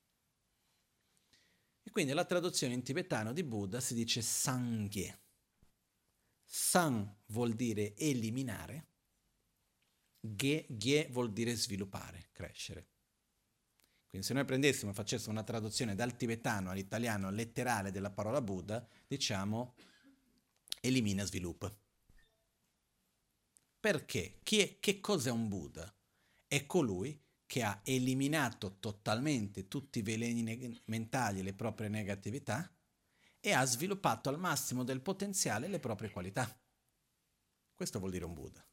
E quindi la traduzione in tibetano di Buddha si dice Sangye. San vuol dire eliminare, Gye, gye vuol dire sviluppare, crescere. Quindi se noi prendessimo e facessimo una traduzione dal tibetano all'italiano letterale della parola Buddha, diciamo elimina, sviluppa. Perché? Chi è, che cos'è un Buddha? È colui che ha eliminato totalmente tutti i veleni neg- mentali e le proprie negatività e ha sviluppato al massimo del potenziale le proprie qualità. Questo vuol dire un Buddha.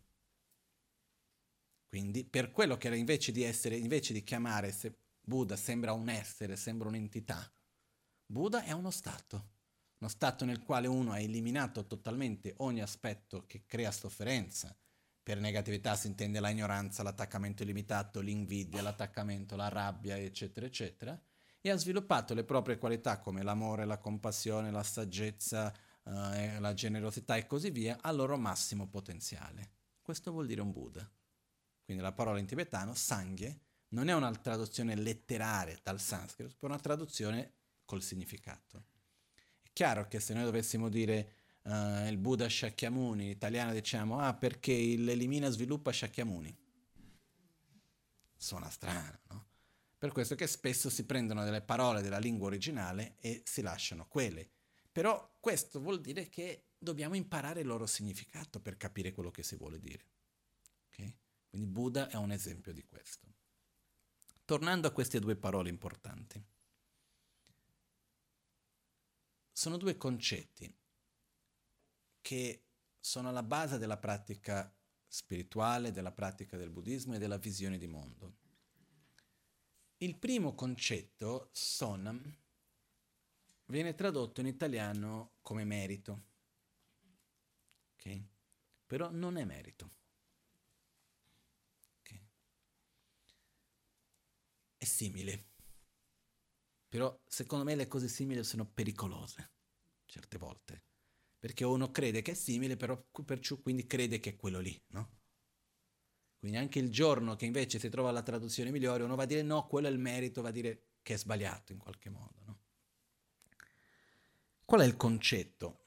Quindi per quello che era invece di essere, invece di chiamare se Buddha sembra un essere, sembra un'entità, Buddha è uno stato. Uno stato nel quale uno ha eliminato totalmente ogni aspetto che crea sofferenza. Per negatività si intende la ignoranza, l'attaccamento illimitato, l'invidia, l'attaccamento, la rabbia, eccetera, eccetera, e ha sviluppato le proprie qualità come l'amore, la compassione, la saggezza, eh, la generosità e così via al loro massimo potenziale. Questo vuol dire un Buddha. Quindi la parola in tibetano, Sangye, non è una traduzione letteraria dal sanscrito, ma una traduzione col significato. È chiaro che se noi dovessimo dire uh, il Buddha Shakyamuni, in italiano diciamo, ah, perché l'elimina sviluppa Shakyamuni. Suona strano, no? Per questo che spesso si prendono delle parole della lingua originale e si lasciano quelle. Però questo vuol dire che dobbiamo imparare il loro significato per capire quello che si vuole dire. Okay? Quindi Buddha è un esempio di questo. Tornando a queste due parole importanti. Sono due concetti che sono alla base della pratica spirituale, della pratica del buddismo e della visione di mondo. Il primo concetto, sonam, viene tradotto in italiano come merito, okay? Però non è merito. Okay? È simile. Però secondo me le cose simili sono pericolose, certe volte. Perché uno crede che è simile, però perciò quindi crede che è quello lì, no? Quindi anche il giorno che invece si trova la traduzione migliore, uno va a dire no, quello è il merito, va a dire che è sbagliato in qualche modo, no? Qual è il concetto?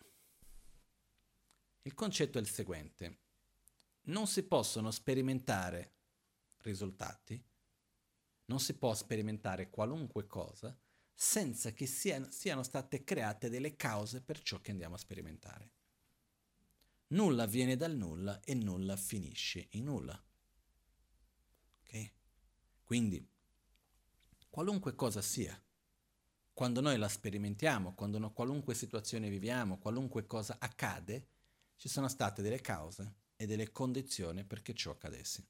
Il concetto è il seguente. Non si possono sperimentare risultati, non si può sperimentare qualunque cosa senza che siano, siano state create delle cause per ciò che andiamo a sperimentare. Nulla viene dal nulla e nulla finisce in nulla. Ok? Quindi, qualunque cosa sia, quando noi la sperimentiamo, quando in qualunque situazione viviamo, qualunque cosa accade, ci sono state delle cause e delle condizioni perché ciò accadesse.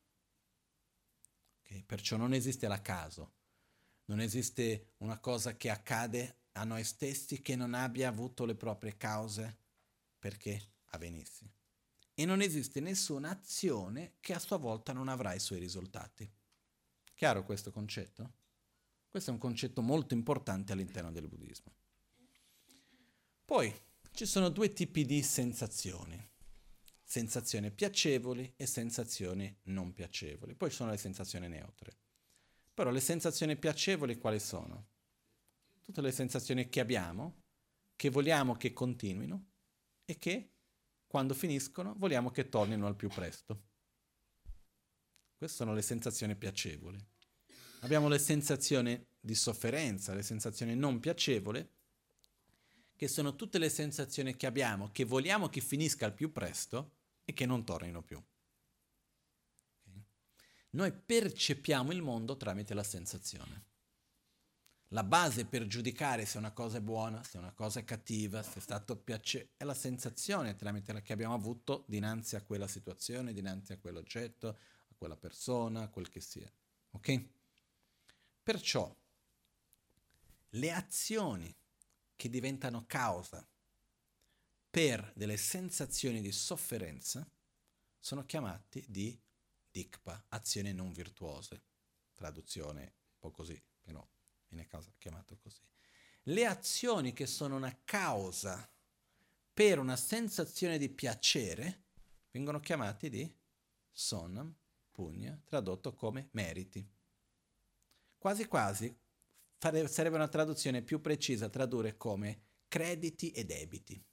Okay? Perciò non esiste la caso, non esiste una cosa che accade a noi stessi che non abbia avuto le proprie cause perché avvenisse. e non esiste nessuna azione che a sua volta non avrà i suoi risultati. Chiaro questo concetto? Questo è un concetto molto importante all'interno del buddismo. Poi ci sono due tipi di sensazioni. Sensazioni piacevoli e sensazioni non piacevoli. Poi ci sono le sensazioni neutre. Però le sensazioni piacevoli quali sono? Tutte le sensazioni che abbiamo, che vogliamo che continuino e che, quando finiscono, vogliamo che tornino al più presto. Queste sono le sensazioni piacevoli. Abbiamo le sensazioni di sofferenza, le sensazioni non piacevoli, che sono tutte le sensazioni che abbiamo, che vogliamo che finisca al più presto e che non tornino più. Okay? Noi percepiamo il mondo tramite la sensazione. La base per giudicare se una cosa è buona, se una cosa è cattiva, se è stato piacevole, è la sensazione tramite la che abbiamo avuto dinanzi a quella situazione, dinanzi a quell'oggetto, a quella persona, a quel che sia. Ok? Perciò le azioni che diventano causa per delle sensazioni di sofferenza sono chiamate di dikpa, azioni non virtuose. Traduzione un po' così, però viene chiamato così. Le azioni che sono una causa per una sensazione di piacere vengono chiamate di sonam, punya, tradotto come meriti. Quasi quasi fare, sarebbe una traduzione più precisa tradurre come crediti e debiti.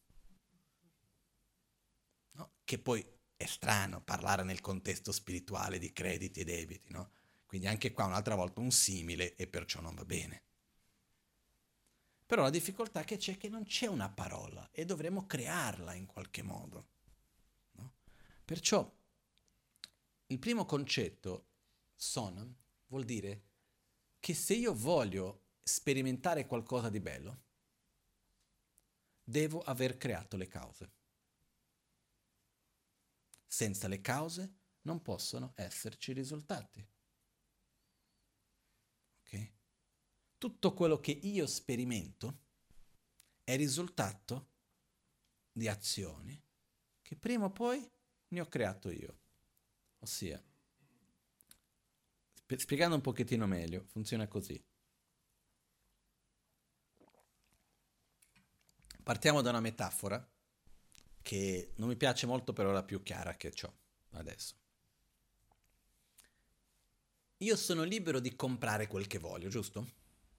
No? Che poi è strano parlare nel contesto spirituale di crediti e debiti, no? Quindi anche qua un'altra volta un simile e perciò non va bene. Però la difficoltà che c'è è che non c'è una parola e dovremo crearla in qualche modo. No? Perciò il primo concetto, sonam, vuol dire che se io voglio sperimentare qualcosa di bello, devo aver creato le cause. Senza le cause non possono esserci risultati. Ok? Tutto quello che io sperimento è risultato di azioni che prima o poi ne ho creato io. Ossia, sp- spiegando un pochettino meglio, funziona così. Partiamo da una metafora che non mi piace molto, però è la più chiara che ho adesso. Io sono libero di comprare quel che voglio, giusto?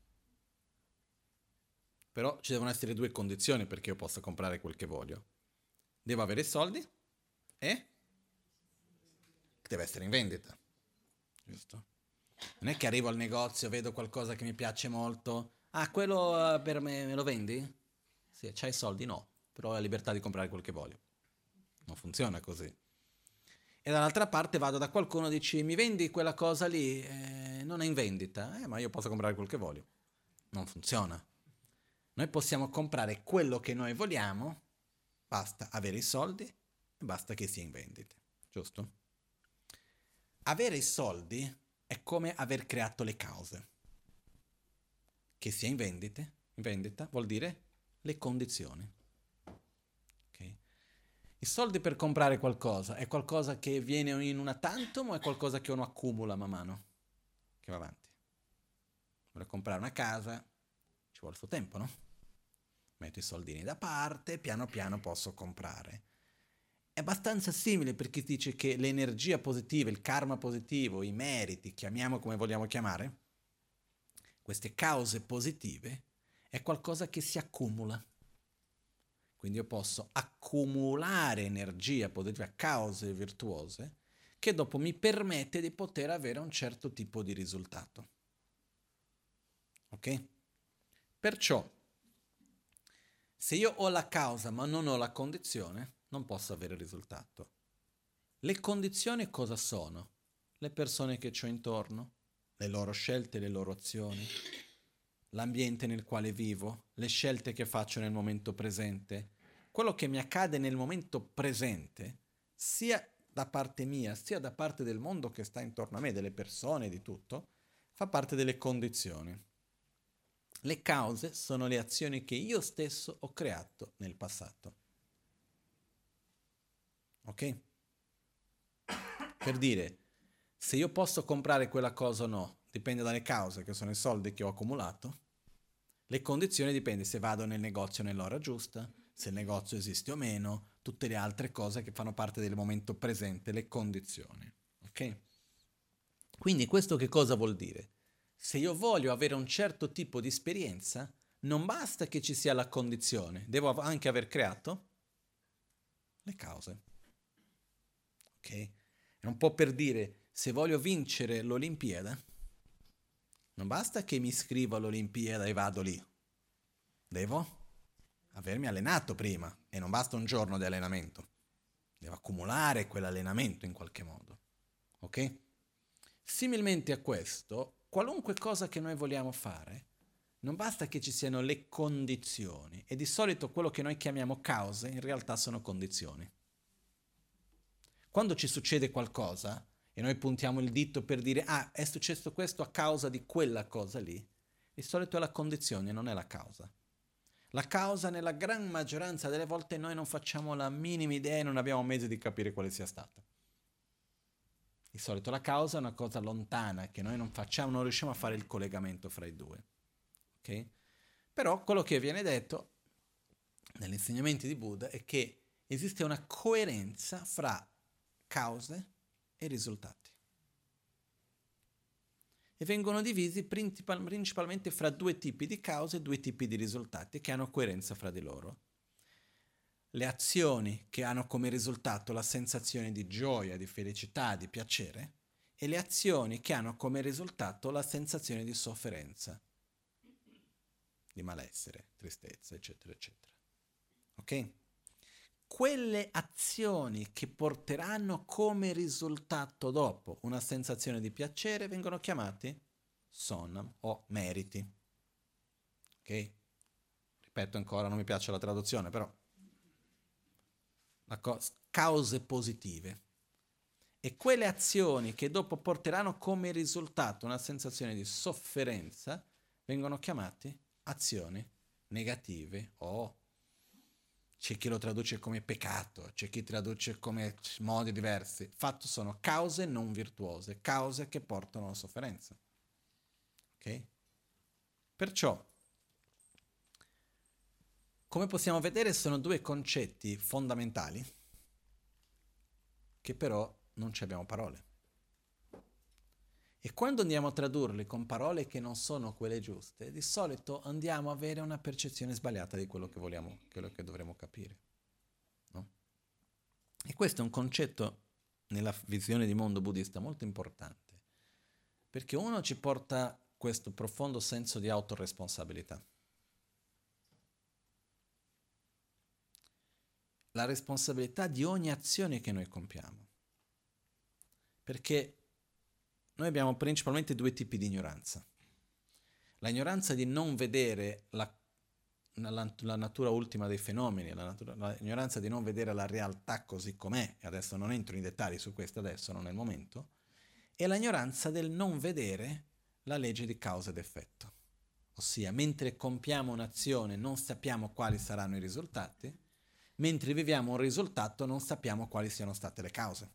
Però ci devono essere due condizioni perché io possa comprare quel che voglio. Devo avere i soldi e deve essere in vendita, giusto? Non è che arrivo al negozio, vedo qualcosa che mi piace molto. Ah, quello uh, per me me lo vendi? Sì, c'hai i soldi? No, però ho la libertà di comprare quel che voglio. Non funziona così. E dall'altra parte vado da qualcuno e dici mi vendi quella cosa lì? Eh, non è in vendita. Eh, ma io posso comprare quel che voglio. Non funziona. Noi possiamo comprare quello che noi vogliamo, basta avere i soldi e basta che sia in vendita, giusto? Avere i soldi è come aver creato le cause. Che sia in vendita, in vendita vuol dire le condizioni. Okay? I soldi per comprare qualcosa è qualcosa che viene in una tantum o è qualcosa che uno accumula man mano? Che va avanti. Vuole comprare una casa, ci vuole il suo tempo, no? Metto i soldini da parte, piano piano posso comprare. È abbastanza simile per chi dice che l'energia positiva, il karma positivo, i meriti, chiamiamo come vogliamo chiamare, queste cause positive, è qualcosa che si accumula. Quindi io posso accumulare energia positiva, cause virtuose, che dopo mi permette di poter avere un certo tipo di risultato. Ok? Perciò, se io ho la causa ma non ho la condizione, non posso avere risultato. Le condizioni cosa sono? Le persone che ho intorno, le loro scelte, le loro azioni, l'ambiente nel quale vivo, le scelte che faccio nel momento presente, quello che mi accade nel momento presente, sia da parte mia, sia da parte del mondo che sta intorno a me, delle persone, di tutto, fa parte delle condizioni. Le cause sono le azioni che io stesso ho creato nel passato. Ok? ok? Per dire, se io posso comprare quella cosa o no, dipende dalle cause, che sono i soldi che ho accumulato. Le condizioni dipende se vado nel negozio nell'ora giusta, se il negozio esiste o meno, tutte le altre cose che fanno parte del momento presente, le condizioni, ok? Quindi questo che cosa vuol dire? Se io voglio avere un certo tipo di esperienza, non basta che ci sia la condizione, devo anche aver creato le cause. Ok? È un po' per dire, se voglio vincere l'Olimpiade, non basta che mi iscrivo all'Olimpiade e vado lì. Devo avermi allenato prima e non basta un giorno di allenamento. Devo accumulare quell'allenamento in qualche modo. Ok? Similmente a questo, qualunque cosa che noi vogliamo fare, non basta che ci siano le condizioni, e di solito quello che noi chiamiamo cause in realtà sono condizioni. Quando ci succede qualcosa e noi puntiamo il dito per dire ah, è successo questo a causa di quella cosa lì, di solito è la condizione, non è la causa. La causa nella gran maggioranza delle volte noi non facciamo la minima idea e non abbiamo mezzo di capire quale sia stata. Di solito la causa è una cosa lontana che noi non facciamo, non riusciamo a fare il collegamento fra i due. Ok? Però quello che viene detto negli insegnamenti di Buddha è che esiste una coerenza fra cause e risultati. E vengono divisi principal- principalmente fra due tipi di cause e due tipi di risultati che hanno coerenza fra di loro. Le azioni che hanno come risultato la sensazione di gioia, di felicità, di piacere, e le azioni che hanno come risultato la sensazione di sofferenza, di malessere, tristezza, eccetera, eccetera. Ok? Quelle azioni che porteranno come risultato dopo una sensazione di piacere vengono chiamati sonam o meriti. Ok? Ripeto ancora, non mi piace la traduzione, però la co- cause positive. E quelle azioni che dopo porteranno come risultato una sensazione di sofferenza vengono chiamate azioni negative o c'è chi lo traduce come peccato, c'è chi traduce come modi diversi. Fatto sono cause non virtuose, cause che portano alla sofferenza. Ok? Perciò, come possiamo vedere, sono due concetti fondamentali che però non ci abbiamo parole. E quando andiamo a tradurli con parole che non sono quelle giuste, di solito andiamo a avere una percezione sbagliata di quello che vogliamo, quello che dovremmo capire. No? E questo è un concetto nella visione di mondo buddista molto importante, perché uno ci porta questo profondo senso di autoresponsabilità. La responsabilità di ogni azione che noi compiamo. Perché noi abbiamo principalmente due tipi di ignoranza. La ignoranza di non vedere la, la, la natura ultima dei fenomeni, la natura, la ignoranza di non vedere la realtà così com'è, e adesso non entro in dettagli su questo, adesso non è il momento, e la ignoranza del non vedere la legge di causa ed effetto. Ossia, mentre compiamo un'azione non sappiamo quali saranno i risultati, mentre viviamo un risultato non sappiamo quali siano state le cause.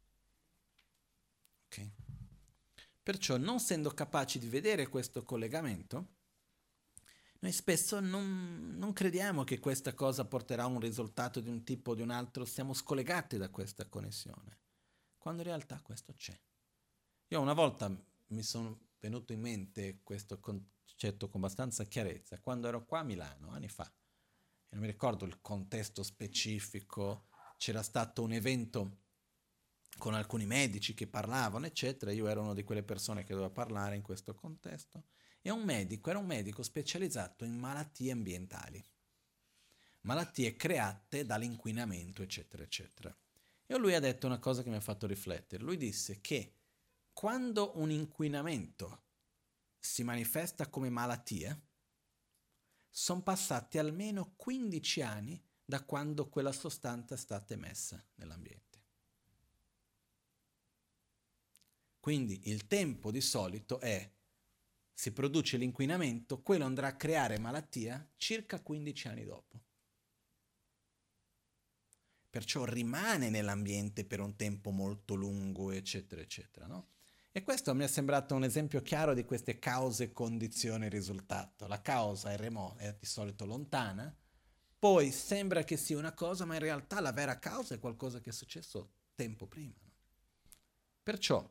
Ok? Perciò, non essendo capaci di vedere questo collegamento, noi spesso non, non crediamo che questa cosa porterà a un risultato di un tipo o di un altro, siamo scollegati da questa connessione, quando in realtà questo c'è. Io una volta mi sono venuto in mente questo concetto con abbastanza chiarezza, quando ero qua a Milano, anni fa, e non mi ricordo il contesto specifico, c'era stato un evento con alcuni medici che parlavano, eccetera. Io ero una di quelle persone che doveva parlare in questo contesto. E un medico, era un medico specializzato in malattie ambientali, malattie create dall'inquinamento, eccetera, eccetera. E lui ha detto una cosa che mi ha fatto riflettere. Lui disse che quando un inquinamento si manifesta come malattia, sono passati almeno quindici anni da quando quella sostanza è stata emessa nell'ambiente. Quindi il tempo di solito è, si produce l'inquinamento, quello andrà a creare malattia circa quindici anni dopo. perciò rimane nell'ambiente per un tempo molto lungo, eccetera, eccetera, no? E questo mi è sembrato un esempio chiaro di queste cause, condizione, risultato. La causa è remota, è di solito lontana, poi sembra che sia una cosa, ma in realtà la vera causa è qualcosa che è successo tempo prima, no? Perciò,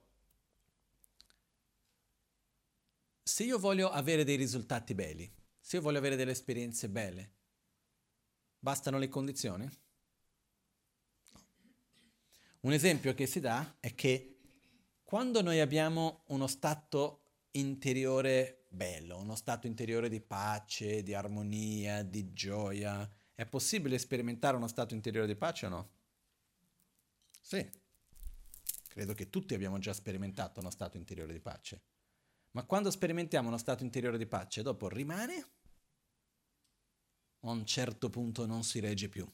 se io voglio avere dei risultati belli, se io voglio avere delle esperienze belle, bastano le condizioni? No. Un esempio che si dà è che quando noi abbiamo uno stato interiore bello, uno stato interiore di pace, di armonia, di gioia, è possibile sperimentare uno stato interiore di pace o no? Sì, credo che tutti abbiamo già sperimentato uno stato interiore di pace. Ma quando sperimentiamo uno stato interiore di pace, dopo rimane o a un certo punto non si regge più?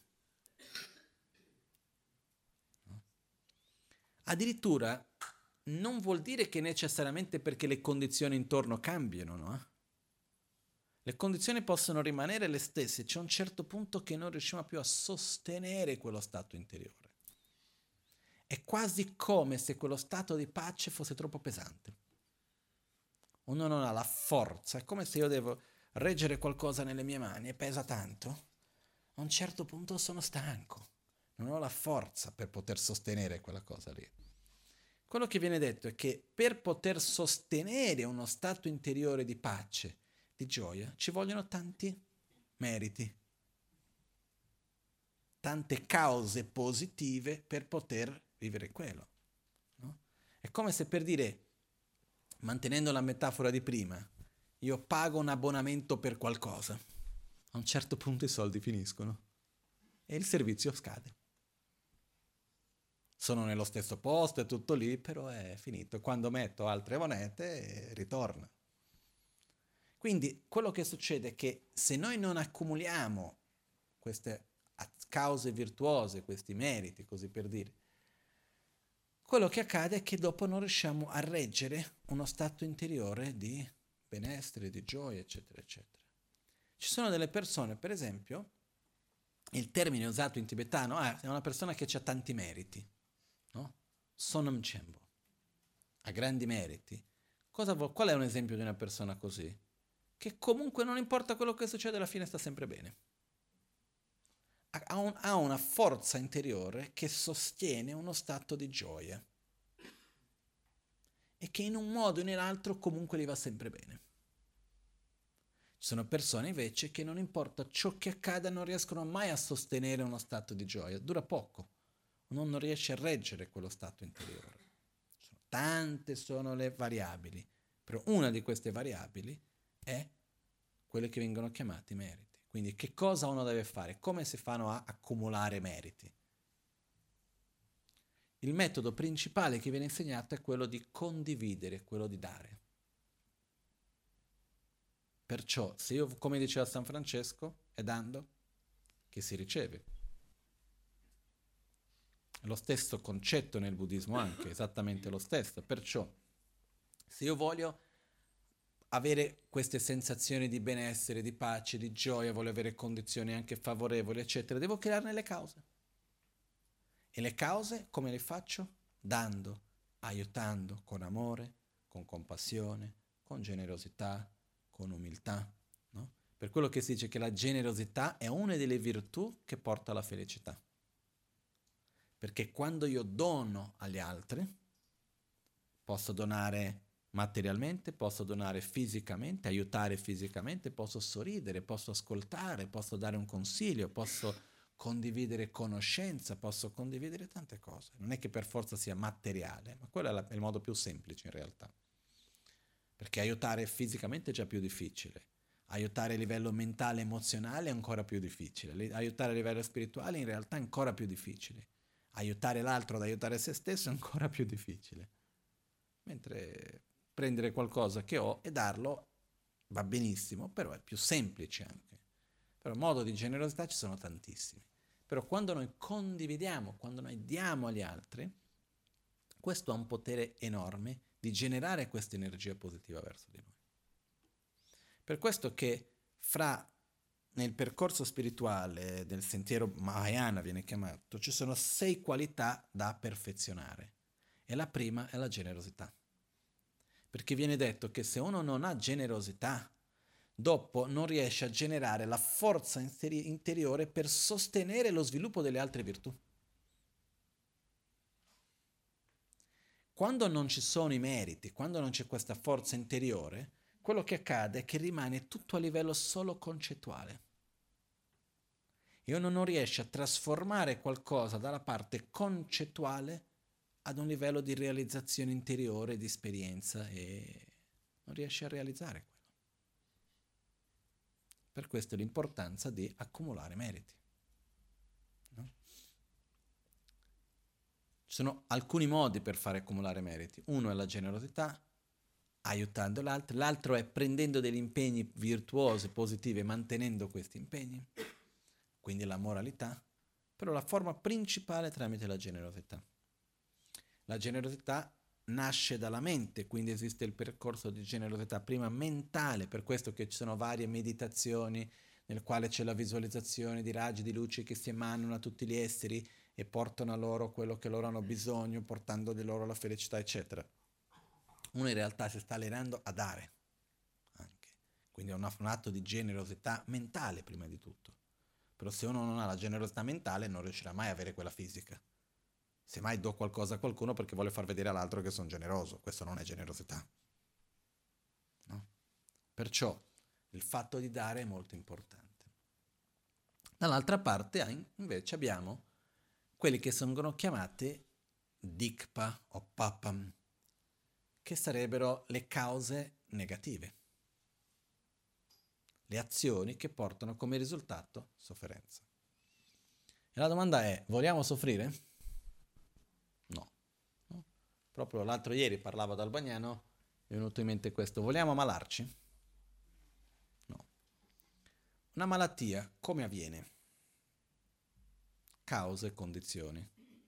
No? Addirittura non vuol dire che necessariamente perché le condizioni intorno cambiano, no? Le condizioni possono rimanere le stesse, c'è un certo punto che non riusciamo più a sostenere quello stato interiore. È quasi come se quello stato di pace fosse troppo pesante. Uno non ha la forza, è come se io devo reggere qualcosa nelle mie mani e pesa tanto. A un certo punto sono stanco, non ho la forza per poter sostenere quella cosa lì. Quello che viene detto è che per poter sostenere uno stato interiore di pace, di gioia, ci vogliono tanti meriti, tante cause positive per poter vivere quello, no? È come se, per dire, mantenendo la metafora di prima, io pago un abbonamento per qualcosa, a un certo punto i soldi finiscono e il servizio scade. Sono nello stesso posto, è tutto lì, però è finito. Quando metto altre monete, ritorna. Quindi quello che succede è che se noi non accumuliamo queste cause virtuose, questi meriti, così per dire, quello che accade è che dopo non riusciamo a reggere uno stato interiore di benessere, di gioia, eccetera, eccetera. Ci sono delle persone, per esempio, il termine usato in tibetano ah, è una persona che ha tanti meriti, no? Sonam Chembo, ha grandi meriti. Cosa vuol, qual è un esempio di una persona così? Che comunque non importa quello che succede, alla fine sta sempre bene. Ha, un, ha una forza interiore che sostiene uno stato di gioia e che in un modo o nell'altro comunque gli va sempre bene. Ci sono persone invece che non importa ciò che accada non riescono mai a sostenere uno stato di gioia, dura poco, non riesce a reggere quello stato interiore. Sono tante sono le variabili, però una di queste variabili è quelle che vengono chiamate meriti. Quindi che cosa uno deve fare? Come si fanno a accumulare meriti? Il metodo principale che viene insegnato è quello di condividere, quello di dare. Perciò, se io, come diceva San Francesco, è dando che si riceve. È lo stesso concetto nel buddismo anche, esattamente lo stesso. Perciò, se io voglio avere queste sensazioni di benessere, di pace, di gioia, voglio avere condizioni anche favorevoli, eccetera, devo crearne le cause. E le cause come le faccio? Dando, aiutando, con amore, con compassione, con generosità, con umiltà, no? Per quello che si dice che la generosità è una delle virtù che porta alla felicità. Perché quando io dono agli altri, posso donare materialmente, posso donare fisicamente, aiutare fisicamente, posso sorridere, posso ascoltare, posso dare un consiglio, posso condividere conoscenza, posso condividere tante cose. Non è che per forza sia materiale, ma quello è, la, è il modo più semplice in realtà. Perché aiutare fisicamente è già più difficile. Aiutare a livello mentale e emozionale è ancora più difficile. Aiutare a livello spirituale in realtà è ancora più difficile. Aiutare l'altro ad aiutare se stesso è ancora più difficile. Mentre prendere qualcosa che ho e darlo va benissimo, però è più semplice anche. Però modi di generosità ci sono tantissimi. Però quando noi condividiamo, quando noi diamo agli altri, questo ha un potere enorme di generare questa energia positiva verso di noi. Per questo che fra nel percorso spirituale del sentiero Mahayana viene chiamato, ci sono sei qualità da perfezionare e la prima è la generosità. Perché viene detto che se uno non ha generosità, dopo non riesce a generare la forza interi- interiore per sostenere lo sviluppo delle altre virtù. Quando non ci sono i meriti, quando non c'è questa forza interiore, quello che accade è che rimane tutto a livello solo concettuale. E uno non riesce a trasformare qualcosa dalla parte concettuale ad un livello di realizzazione interiore, di esperienza, e non riesce a realizzare quello. Per questo l'importanza di accumulare meriti. No? Ci sono alcuni modi per fare accumulare meriti. Uno è la generosità, aiutando l'altro. L'altro è prendendo degli impegni virtuosi, positivi e mantenendo questi impegni. Quindi la moralità. Però la forma principale è tramite la generosità. La generosità nasce dalla mente, quindi esiste il percorso di generosità prima mentale, per questo che ci sono varie meditazioni nel quale c'è la visualizzazione di raggi di luce che si emanano a tutti gli esseri e portano a loro quello che loro hanno bisogno, portando di loro la felicità, eccetera. Uno in realtà si sta allenando a dare anche, quindi è un atto di generosità mentale prima di tutto. Però se uno non ha la generosità mentale non riuscirà mai a avere quella fisica. Semmai do qualcosa a qualcuno perché vuole far vedere all'altro che sono generoso, questo non è generosità. No? Perciò il fatto di dare è molto importante. Dall'altra parte invece abbiamo quelli che sono chiamati dikpa o papam, che sarebbero le cause negative, le azioni che portano come risultato sofferenza. E la domanda è, vogliamo soffrire? No. no. Proprio l'altro ieri parlavo ad Albagnano, mi è venuto in mente questo, vogliamo ammalarci? No. Una malattia come avviene? Cause e condizioni.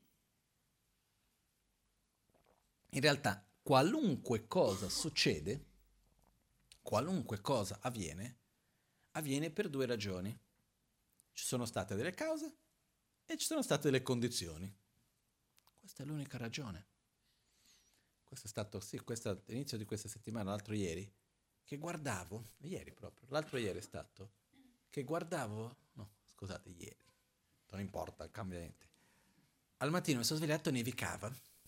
In realtà, qualunque cosa succede, qualunque cosa avviene, avviene per due ragioni. Ci sono state delle cause e ci sono state delle condizioni. Questa è l'unica ragione. Questo è stato, sì, questo all'inizio di questa settimana, l'altro ieri, che guardavo, ieri proprio, l'altro ieri è stato, che guardavo, no, scusate, ieri, non importa, cambia niente. Al mattino mi sono svegliato e nevicava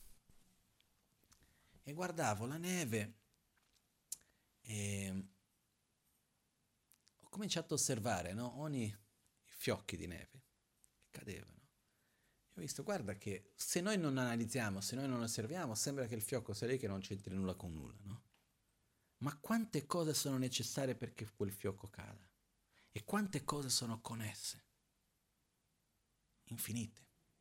e guardavo la neve e ho cominciato a osservare, no, ogni fiocchi di neve che cadevano. E ho visto, guarda che se noi non analizziamo, se noi non osserviamo, sembra che il fiocco sia lì che non c'entri nulla con nulla, no? Ma quante cose sono necessarie perché quel fiocco cada? E quante cose sono connesse? Infinite.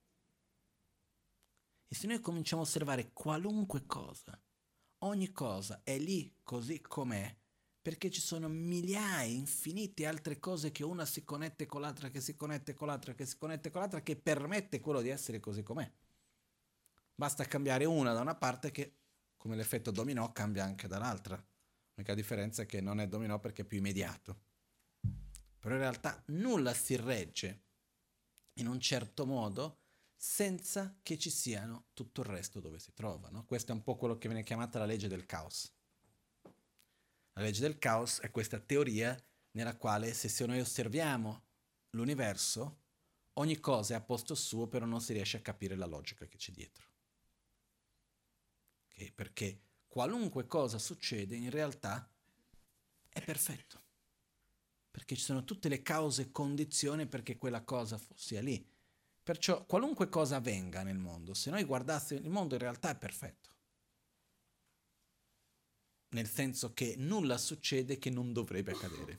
E se noi cominciamo a osservare qualunque cosa, ogni cosa è lì così com'è, perché ci sono migliaia, infinite altre cose che una si connette con l'altra, che si connette con l'altra, che si connette con l'altra, che permette quello di essere così com'è. Basta cambiare una da una parte che, come l'effetto dominò, cambia anche dall'altra. L'unica differenza è che non è dominò perché è più immediato. Però in realtà nulla si regge in un certo modo senza che ci siano tutto il resto dove si trova. No? Questo è un po' quello che viene chiamata la legge del caos. La legge del caos è questa teoria nella quale se noi osserviamo l'universo, ogni cosa è a posto suo, però non si riesce a capire la logica che c'è dietro. Okay? Perché qualunque cosa succede in realtà è perfetto. Perché ci sono tutte le cause e condizioni perché quella cosa sia lì. Perciò qualunque cosa avvenga nel mondo, se noi guardassimo il mondo in realtà è perfetto. Nel senso che nulla succede che non dovrebbe accadere.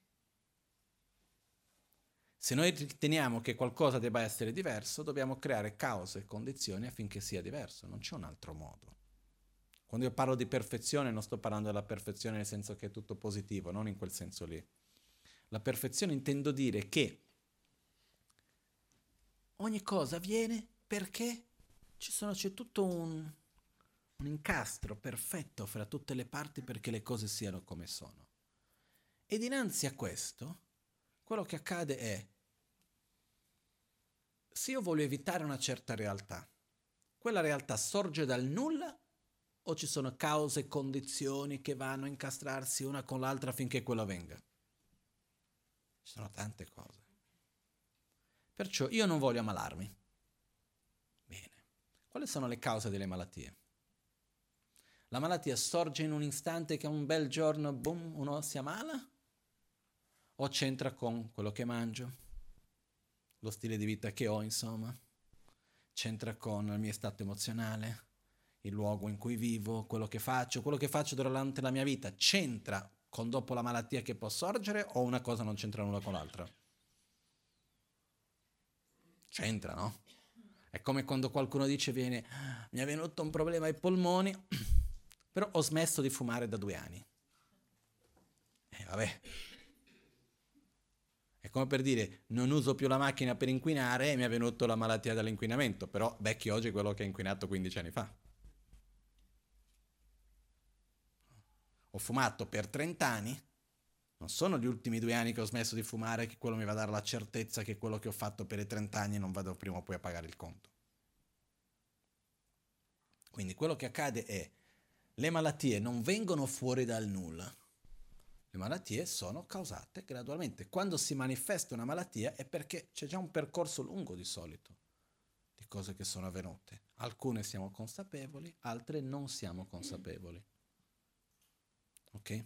Se noi riteniamo che qualcosa debba essere diverso, dobbiamo creare cause e condizioni affinché sia diverso, non c'è un altro modo. Quando io parlo di perfezione non sto parlando della perfezione nel senso che è tutto positivo, non in quel senso lì. La perfezione intendo dire che ogni cosa avviene perché ci sono, c'è tutto un, un incastro perfetto fra tutte le parti perché le cose siano come sono. E dinanzi a questo, quello che accade è, se io voglio evitare una certa realtà, quella realtà sorge dal nulla o ci sono cause e condizioni che vanno a incastrarsi una con l'altra finché quello avvenga? Ci sono tante cose. Perciò io non voglio ammalarmi. Bene. Quali sono le cause delle malattie? La malattia sorge in un istante che un bel giorno, boom, uno si ammala? O c'entra con quello che mangio? Lo stile di vita che ho, insomma? C'entra con il mio stato emozionale? Il luogo in cui vivo? Quello che faccio? Quello che faccio durante la mia vita? C'entra con dopo la malattia che può sorgere o una cosa non c'entra nulla con l'altra? C'entra, no? È come quando qualcuno dice viene, mi è venuto un problema ai polmoni, però ho smesso di fumare da due anni. E eh, vabbè. È come per dire, non uso più la macchina per inquinare e mi è venuto la malattia dall'inquinamento, però Becchi oggi è quello che ha inquinato quindici anni fa. Ho fumato per trenta anni, non sono gli ultimi due anni che ho smesso di fumare che quello mi va a dare la certezza che quello che ho fatto per i trenta anni non vado prima o poi a pagare il conto. Quindi quello che accade è, le malattie non vengono fuori dal nulla. Le malattie sono causate gradualmente. Quando si manifesta una malattia è perché c'è già un percorso lungo di solito di cose che sono avvenute. Alcune siamo consapevoli, altre non siamo consapevoli. Ok?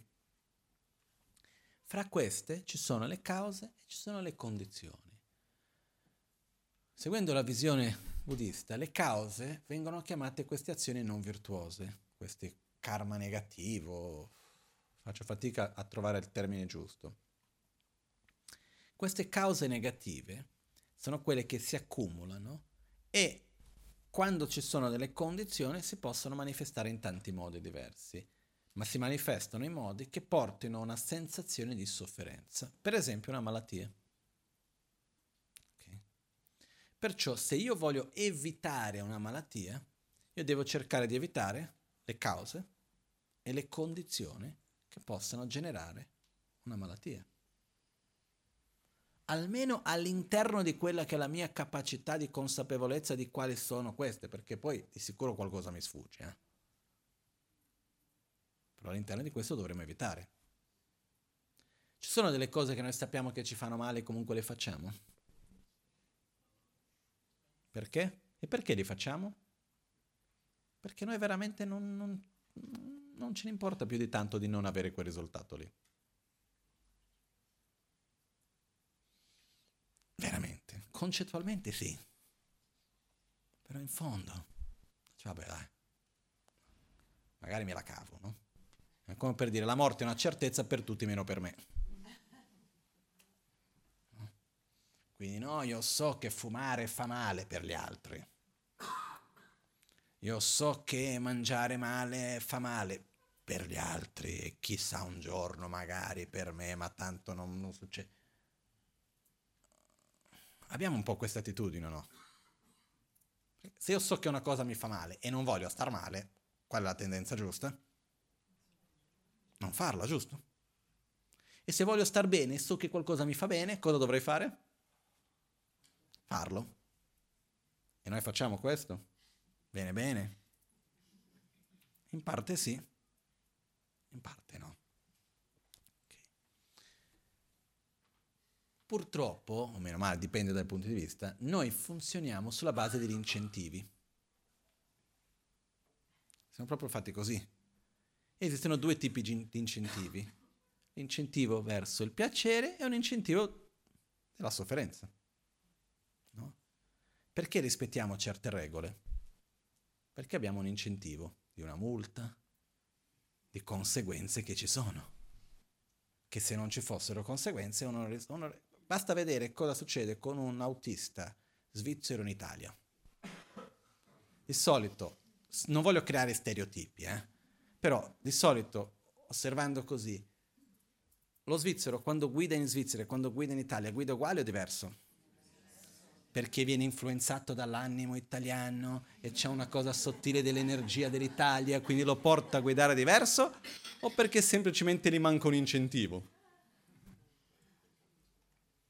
Fra queste ci sono le cause e ci sono le condizioni. Seguendo la visione buddista, le cause vengono chiamate queste azioni non virtuose, questi karma negativo, faccio fatica a trovare il termine giusto. Queste cause negative sono quelle che si accumulano e quando ci sono delle condizioni si possono manifestare in tanti modi diversi, ma si manifestano in modi che portino a una sensazione di sofferenza, per esempio una malattia. Okay. Perciò se io voglio evitare una malattia, io devo cercare di evitare le cause e le condizioni che possano generare una malattia. Almeno all'interno di quella che è la mia capacità di consapevolezza di quali sono queste, perché poi di sicuro qualcosa mi sfugge. Eh? Però all'interno di questo dovremo evitare. Ci sono delle cose che noi sappiamo che ci fanno male e comunque le facciamo. Perché? E perché li facciamo? Perché noi veramente non, non, non ce ne importa più di tanto di non avere quel risultato lì. Veramente, concettualmente sì. Però in fondo, cioè, vabbè dai, magari me la cavo, no? È come per dire, la morte è una certezza per tutti meno per me. Quindi no, io so che fumare fa male per gli altri. Io so che mangiare male fa male per gli altri e chissà un giorno magari per me, ma tanto non, non succede. Abbiamo un po' questa attitudine, no? Se io so che una cosa mi fa male e non voglio star male, qual è la tendenza giusta? Non farla, giusto? E se voglio star bene e so che qualcosa mi fa bene, cosa dovrei fare? Farlo. E noi facciamo questo? Bene, bene. In parte sì, in parte no. Okay. Purtroppo, o meno male, dipende dal punto di vista, noi funzioniamo sulla base degli incentivi. Siamo proprio fatti così. Esistono due tipi di incentivi. L'incentivo verso il piacere e un incentivo della sofferenza. No? Perché rispettiamo certe regole? Perché abbiamo un incentivo di una multa, di conseguenze che ci sono. Che se non ci fossero conseguenze, uno, uno, basta vedere cosa succede con un autista svizzero in Italia. Di solito, non voglio creare stereotipi, eh, però di solito, osservando così, lo svizzero quando guida in Svizzera e quando guida in Italia, guida uguale o diverso? Perché viene influenzato dall'animo italiano e c'è una cosa sottile dell'energia dell'Italia, quindi lo porta a guidare diverso, o perché semplicemente gli manca un incentivo?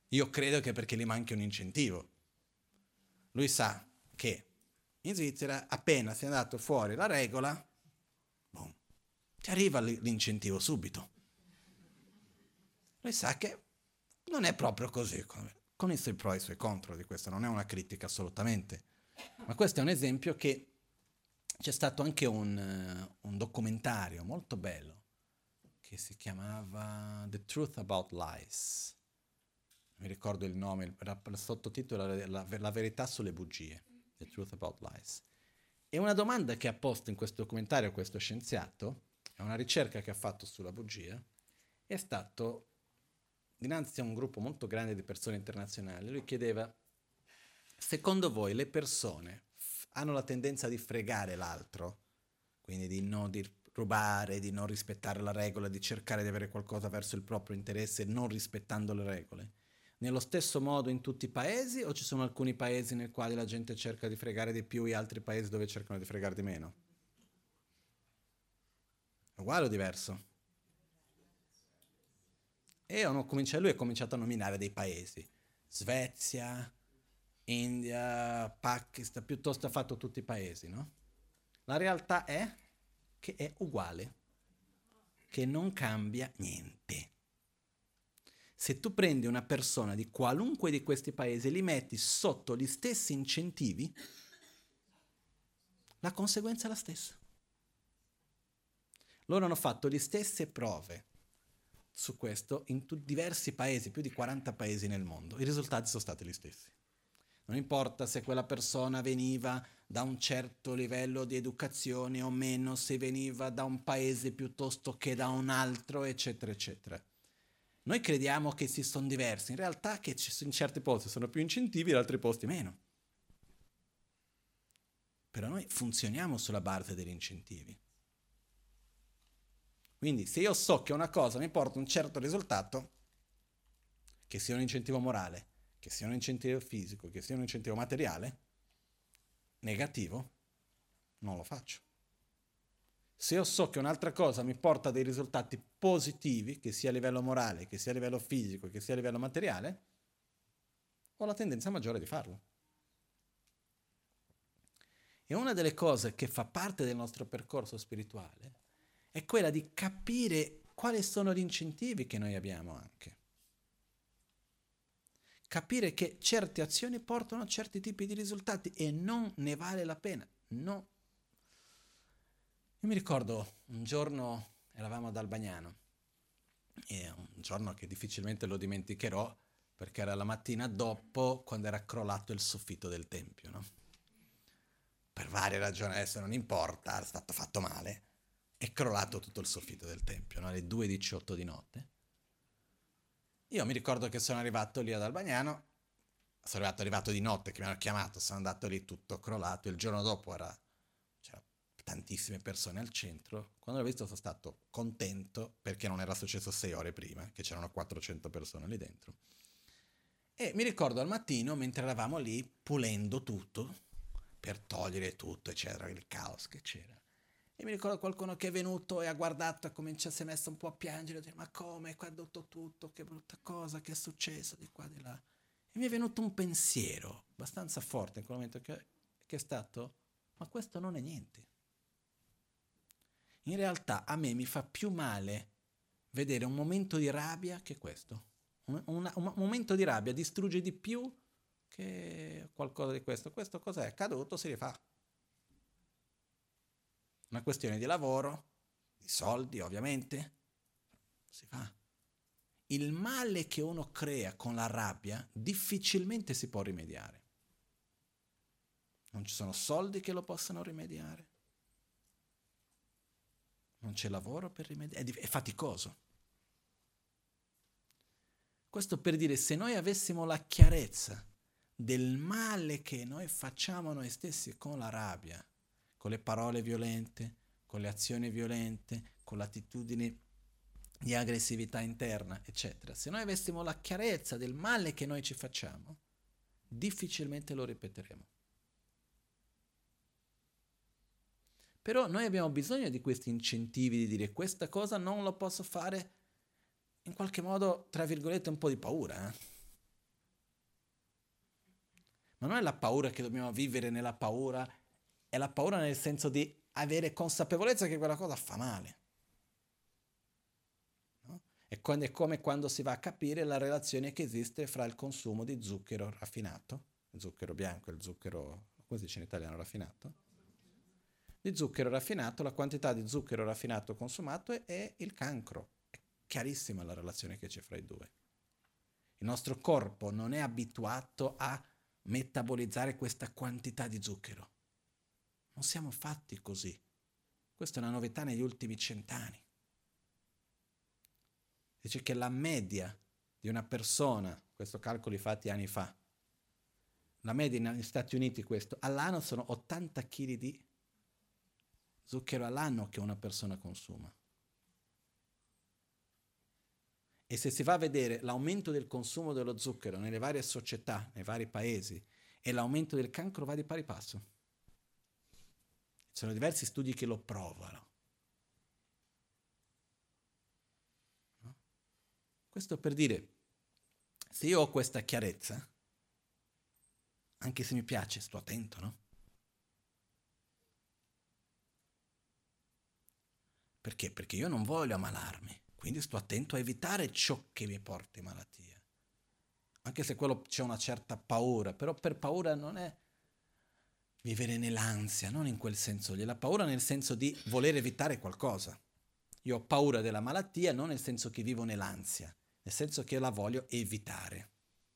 Io credo che perché gli manchi un incentivo. Lui sa che in Svizzera, appena si è andato fuori la regola, boom, ti arriva l'incentivo subito. Lui sa che non è proprio così, con i suoi pro e i suoi contro di questo, non è una critica assolutamente. Ma questo è un esempio che c'è stato anche un, un documentario molto bello che si chiamava The Truth About Lies. Mi ricordo il nome, il, il sottotitolo era la, la verità sulle bugie, The Truth About Lies. E una domanda che ha posto in questo documentario questo scienziato, è una ricerca che ha fatto sulla bugia, è stato dinanzi a un gruppo molto grande di persone internazionali, lui chiedeva: secondo voi le persone f- hanno la tendenza di fregare l'altro, quindi di non di rubare, di non rispettare la regola, di cercare di avere qualcosa verso il proprio interesse non rispettando le regole, nello stesso modo in tutti i paesi, o ci sono alcuni paesi nei quali la gente cerca di fregare di più e altri paesi dove cercano di fregare di meno? Uguale o diverso? E ho cominciato, lui ha cominciato a nominare dei paesi: Svezia, India, Pakistan, piuttosto ha fatto tutti i paesi, no? La realtà è che è uguale, che non cambia niente. Se tu prendi una persona di qualunque di questi paesi e li metti sotto gli stessi incentivi, la conseguenza è la stessa. Loro hanno fatto le stesse prove su questo in tu- diversi paesi, più di quaranta paesi nel mondo. I risultati sono stati gli stessi. Non importa se quella persona veniva da un certo livello di educazione o meno, se veniva da un paese piuttosto che da un altro, eccetera, eccetera. Noi crediamo che si sono diversi, in realtà che in certi posti sono più incentivi, in altri posti meno. Però noi funzioniamo sulla base degli incentivi. Quindi se io so che una cosa mi porta un certo risultato, che sia un incentivo morale, che sia un incentivo fisico, che sia un incentivo materiale, negativo, non lo faccio. Se io so che un'altra cosa mi porta dei risultati positivi, che sia a livello morale, che sia a livello fisico, che sia a livello materiale, ho la tendenza maggiore di farlo. E una delle cose che fa parte del nostro percorso spirituale è quella di capire quali sono gli incentivi che noi abbiamo anche. Capire che certe azioni portano a certi tipi di risultati e non ne vale la pena. No. Io mi ricordo un giorno eravamo ad Albagnano, e un giorno che difficilmente lo dimenticherò perché era la mattina dopo quando era crollato il soffitto del tempio, no? Per varie ragioni, adesso non importa, è stato fatto male, è crollato tutto il soffitto del tempio, no? Alle due e diciotto di notte. Io mi ricordo che sono arrivato lì ad Albagnano, sono arrivato, arrivato di notte, che mi hanno chiamato, sono andato lì tutto crollato, il giorno dopo era, c'era tantissime persone al centro, quando l'ho visto sono stato contento perché non era successo sei ore prima, che c'erano quattrocento persone lì dentro. E mi ricordo al mattino, mentre eravamo lì pulendo tutto, per togliere tutto, eccetera, il caos che c'era. E mi ricordo qualcuno che è venuto e ha guardato e comincia, si è messo un po' a piangere, a dire: ma come, è caduto tutto, che brutta cosa, che è successo di qua, di là. E mi è venuto un pensiero abbastanza forte in quel momento che, che è stato: ma questo non è niente. In realtà a me mi fa più male vedere un momento di rabbia che questo. Un, un, un momento di rabbia distrugge di più che qualcosa di questo. Questo cos'è? È caduto, si rifà. Una questione di lavoro, di soldi ovviamente, si fa. Il male che uno crea con la rabbia difficilmente si può rimediare. Non ci sono soldi che lo possano rimediare. Non c'è lavoro per rimediare. È, è faticoso. Questo per dire, se noi avessimo la chiarezza del male che noi facciamo a noi stessi con la rabbia, con le parole violente, con le azioni violente, con l'attitudine di aggressività interna, eccetera. Se noi avessimo la chiarezza del male che noi ci facciamo, difficilmente lo ripeteremo. Però noi abbiamo bisogno di questi incentivi di dire: questa cosa non lo posso fare, in qualche modo, tra virgolette, un po' di paura, eh? Ma non è la paura che dobbiamo vivere nella paura, è la paura nel senso di avere consapevolezza che quella cosa fa male. No? È, quando, è come quando si va a capire la relazione che esiste fra il consumo di zucchero raffinato, zucchero bianco e il zucchero, come si dice in italiano, raffinato? Di zucchero raffinato, la quantità di zucchero raffinato consumato è, è il cancro. È chiarissima la relazione che c'è fra i due. Il nostro corpo non è abituato a metabolizzare questa quantità di zucchero. Non siamo fatti così. Questa è una novità negli ultimi cent'anni. Dice che la media di una persona, questo calcoli fatti anni fa, la media negli Stati Uniti questo, all'anno sono ottanta chili di zucchero all'anno che una persona consuma. E se si va a vedere l'aumento del consumo dello zucchero nelle varie società, nei vari paesi, e l'aumento del cancro va di pari passo. Ci sono diversi studi che lo provano. No? Questo per dire, se io ho questa chiarezza, anche se mi piace, sto attento, no? Perché? Perché io non voglio ammalarmi, quindi sto attento a evitare ciò che mi porta in malattia. Anche se quello c'è una certa paura, però per paura non è vivere nell'ansia, non in quel senso lì. La paura nel senso di voler evitare qualcosa. Io ho paura della malattia non nel senso che vivo nell'ansia, nel senso che la voglio evitare.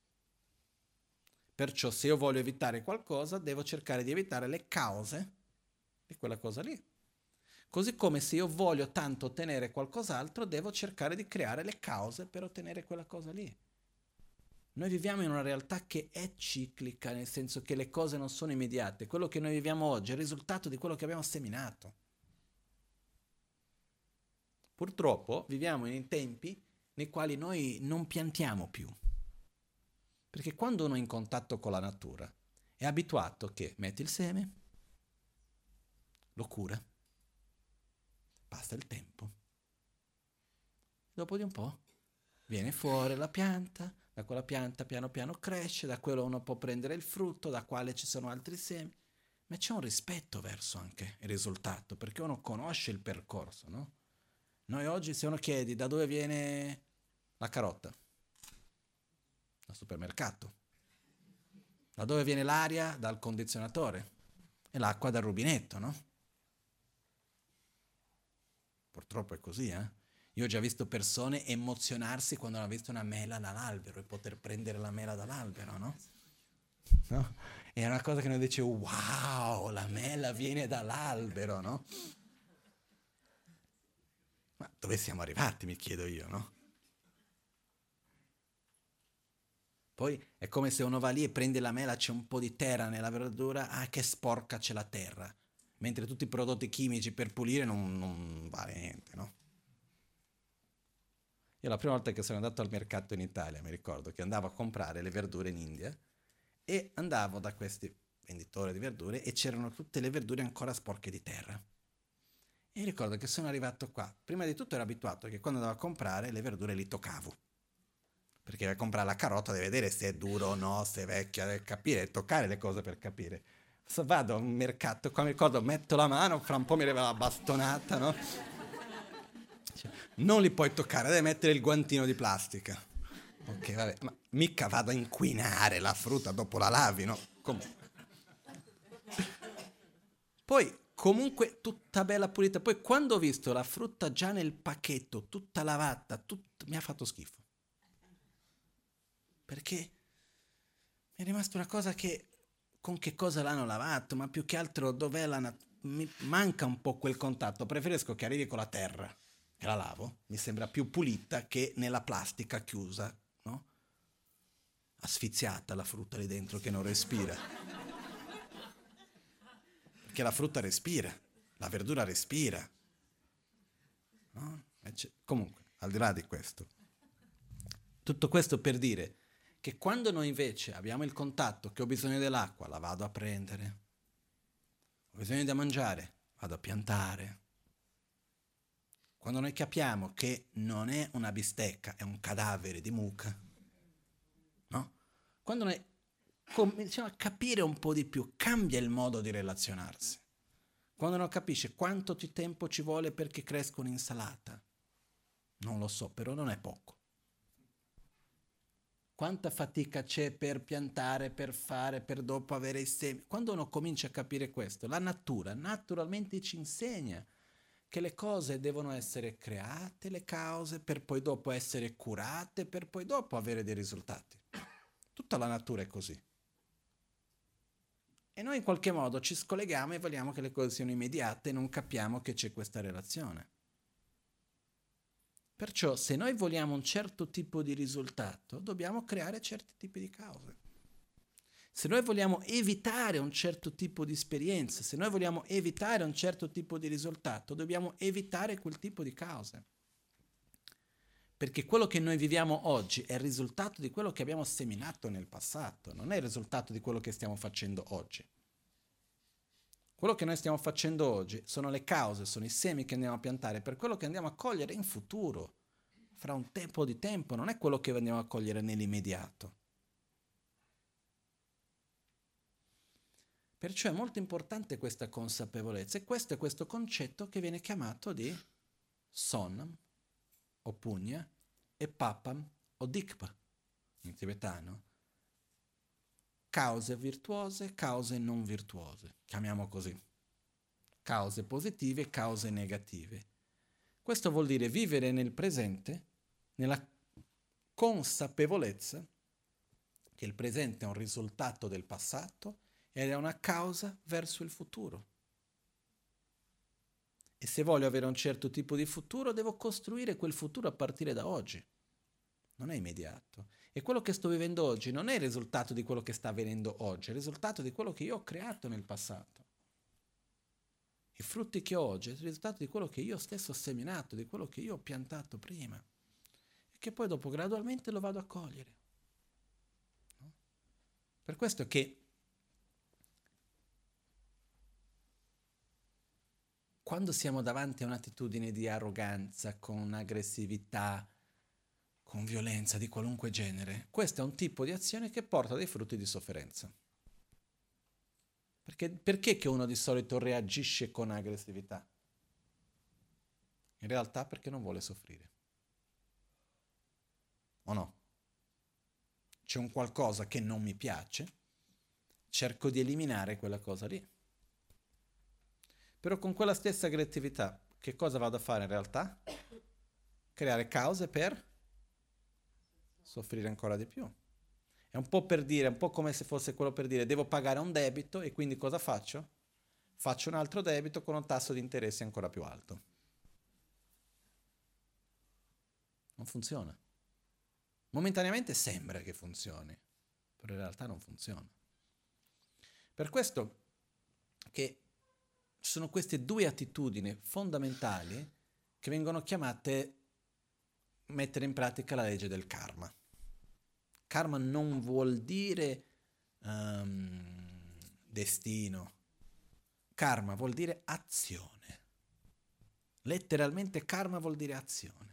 Perciò se io voglio evitare qualcosa, devo cercare di evitare le cause di quella cosa lì. Così come se io voglio tanto ottenere qualcos'altro, devo cercare di creare le cause per ottenere quella cosa lì. Noi viviamo in una realtà che è ciclica, nel senso che le cose non sono immediate. Quello che noi viviamo oggi è il risultato di quello che abbiamo seminato. Purtroppo viviamo in tempi nei quali noi non piantiamo più. Perché quando uno è in contatto con la natura è abituato che metti il seme, lo cura, passa il tempo. Dopo di un po' viene fuori la pianta, da quella pianta piano piano cresce, da quello uno può prendere il frutto, da quale ci sono altri semi, ma c'è un rispetto verso anche il risultato, perché uno conosce il percorso, no? Noi oggi se uno chiede da dove viene la carota, dal supermercato, da dove viene l'aria, dal condizionatore, e l'acqua dal rubinetto, no? Purtroppo è così, eh? Io ho già visto persone emozionarsi quando hanno visto una mela dall'albero e poter prendere la mela dall'albero, no? No? È una cosa che noi dice, wow, la mela viene dall'albero, no? Ma dove siamo arrivati, mi chiedo io, no? Poi è come se uno va lì e prende la mela, c'è un po' di terra nella verdura, ah che sporca c'è la terra, mentre tutti i prodotti chimici per pulire non, non vale niente, no? Io la prima volta che sono andato al mercato in Italia, mi ricordo che andavo a comprare le verdure in India e andavo da questi venditori di verdure e c'erano tutte le verdure ancora sporche di terra. E mi ricordo che sono arrivato qua, prima di tutto ero abituato che quando andavo a comprare le verdure li toccavo. Perché per comprare la carota deve vedere se è duro o no, se è vecchia, deve capire, toccare le cose per capire. Se vado a un mercato, qua mi ricordo, metto la mano, fra un po' mi arriva la bastonata, no? Cioè, non li puoi toccare, devi mettere il guantino di plastica. Ok, vabbè, ma mica vado a inquinare la frutta dopo la lavi, no? Comunque. Poi, comunque, tutta bella pulita. Poi, quando ho visto la frutta già nel pacchetto, tutta lavata, tut... mi ha fatto schifo. Perché mi è rimasta una cosa che con che cosa l'hanno lavato, ma più che altro dov'è la nat- mi manca un po' quel contatto. Preferisco che arrivi con la terra, che la lavo, mi sembra più pulita che nella plastica chiusa, no? Asfissiata la frutta lì dentro che non respira. Perché la frutta respira, la verdura respira. No? Comunque, al di là di questo, tutto questo per dire che quando noi invece abbiamo il contatto, che ho bisogno dell'acqua, la vado a prendere, ho bisogno da mangiare, vado a piantare. Quando noi capiamo che non è una bistecca, è un cadavere di mucca, no? Quando noi cominciamo a capire un po' di più, cambia il modo di relazionarsi. Quando uno capisce quanto tempo ci vuole perché cresca un'insalata, non lo so, però non è poco. Quanta fatica c'è per piantare, per fare, per dopo avere i semi. Quando uno comincia a capire questo, la natura naturalmente ci insegna che le cose devono essere create, le cause, per poi dopo essere curate, per poi dopo avere dei risultati. Tutta la natura è così. E noi in qualche modo ci scolleghiamo e vogliamo che le cose siano immediate e non capiamo che c'è questa relazione. Perciò se noi vogliamo un certo tipo di risultato, dobbiamo creare certi tipi di cause. Se noi vogliamo evitare un certo tipo di esperienza, se noi vogliamo evitare un certo tipo di risultato, dobbiamo evitare quel tipo di cause. Perché quello che noi viviamo oggi è il risultato di quello che abbiamo seminato nel passato, non è il risultato di quello che stiamo facendo oggi. Quello che noi stiamo facendo oggi sono le cause, sono i semi che andiamo a piantare per quello che andiamo a cogliere in futuro, fra un tempo di tempo, non è quello che andiamo a cogliere nell'immediato. Perciò è molto importante questa consapevolezza e questo è questo concetto che viene chiamato di Sonam o Punya e Papam o Dikpa in tibetano. Cause virtuose, cause non virtuose, chiamiamo così. Cause positive, cause negative. Questo vuol dire vivere nel presente, nella consapevolezza che il presente è un risultato del passato ed è una causa verso il futuro. E se voglio avere un certo tipo di futuro, devo costruire quel futuro a partire da oggi. Non è immediato. E quello che sto vivendo oggi non è il risultato di quello che sta avvenendo oggi, è il risultato di quello che io ho creato nel passato. I frutti che ho oggi è il risultato di quello che io stesso ho seminato, di quello che io ho piantato prima. E che poi dopo gradualmente lo vado a cogliere. No? Per questo che quando siamo davanti a un'attitudine di arroganza, con aggressività, con violenza di qualunque genere, questo è un tipo di azione che porta dei frutti di sofferenza. Perché, perché che uno di solito reagisce con aggressività? In realtà perché non vuole soffrire. O no? C'è un qualcosa che non mi piace, cerco di eliminare quella cosa lì. Però con quella stessa aggressività, che cosa vado a fare in realtà? Creare cause per soffrire ancora di più. È un po' per dire, un po' come se fosse quello per dire devo pagare un debito e quindi cosa faccio? Faccio un altro debito con un tasso di interesse ancora più alto. Non funziona. Momentaneamente sembra che funzioni, però in realtà non funziona. Per questo che ci sono queste due attitudini fondamentali che vengono chiamate mettere in pratica la legge del karma. Karma non vuol dire um, destino. Karma vuol dire azione. Letteralmente karma vuol dire azione.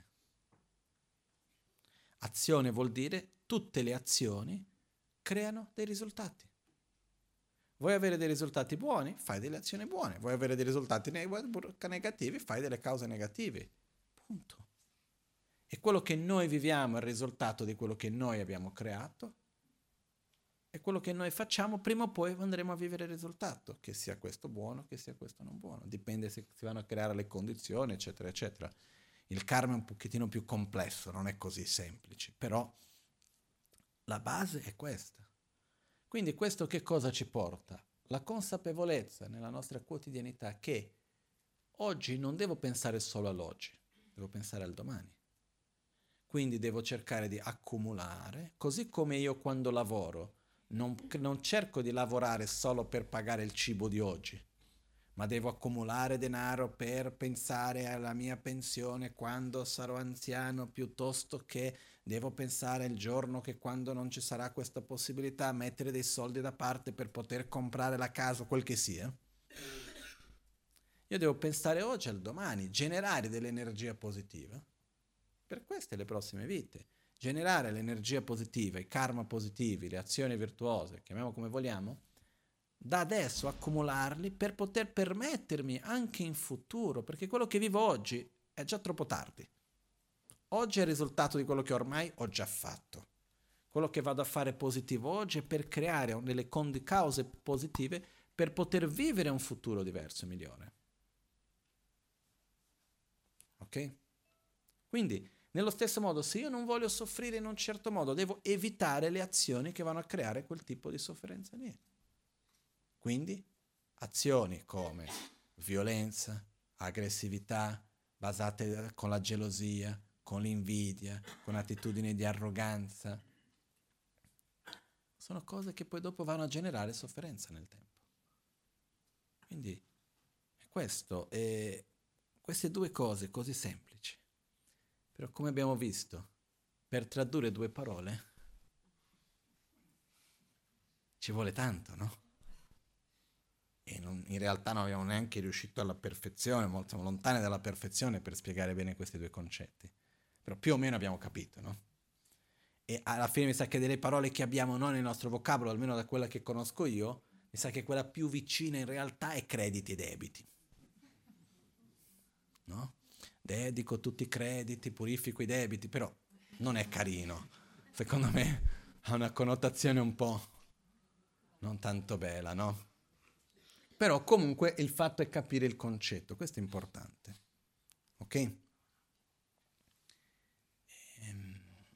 Azione vuol dire tutte le azioni creano dei risultati. Vuoi avere dei risultati buoni? Fai delle azioni buone. Vuoi avere dei risultati negativi? Fai delle cause negative. Punto. E quello che noi viviamo è il risultato di quello che noi abbiamo creato e quello che noi facciamo prima o poi andremo a vivere il risultato, che sia questo buono, che sia questo non buono. Dipende se si vanno a creare le condizioni, eccetera, eccetera. Il karma è un pochettino più complesso, non è così semplice, però la base è questa. Quindi questo che cosa ci porta? La consapevolezza nella nostra quotidianità che oggi non devo pensare solo all'oggi, devo pensare al domani. Quindi devo cercare di accumulare, così come io quando lavoro non, non cerco di lavorare solo per pagare il cibo di oggi, ma devo accumulare denaro per pensare alla mia pensione quando sarò anziano, piuttosto che devo pensare il giorno che quando non ci sarà questa possibilità mettere dei soldi da parte per poter comprare la casa o quel che sia. Io devo pensare oggi al domani, generare dell'energia positiva per queste le prossime vite, generare l'energia positiva, i karma positivi, le azioni virtuose, chiamiamo come vogliamo, da adesso accumularli per poter permettermi anche in futuro, perché quello che vivo oggi è già troppo tardi. Oggi è il risultato di quello che ormai ho già fatto. Quello che vado a fare positivo oggi è per creare delle condi- cause positive per poter vivere un futuro diverso e migliore. Ok? Quindi, nello stesso modo, se io non voglio soffrire in un certo modo, devo evitare le azioni che vanno a creare quel tipo di sofferenza lì. Quindi, azioni come violenza, aggressività, basate con la gelosia, con l'invidia, con attitudini di arroganza, sono cose che poi dopo vanno a generare sofferenza nel tempo. Quindi, è questo, e queste due cose così semplici. Però come abbiamo visto, per tradurre due parole ci vuole tanto, no? E non, in realtà non abbiamo neanche riuscito alla perfezione, molto siamo lontani dalla perfezione per spiegare bene questi due concetti. Però più o meno abbiamo capito, no? E alla fine mi sa che delle parole che abbiamo noi nel nostro vocabolo, almeno da quella che conosco io, mi sa che quella più vicina in realtà è crediti e debiti. No? Dedico tutti i crediti, purifico i debiti, però non è carino. Secondo me ha una connotazione un po' non tanto bella, no? Però comunque il fatto è capire il concetto, questo è importante. Ok? Ehm,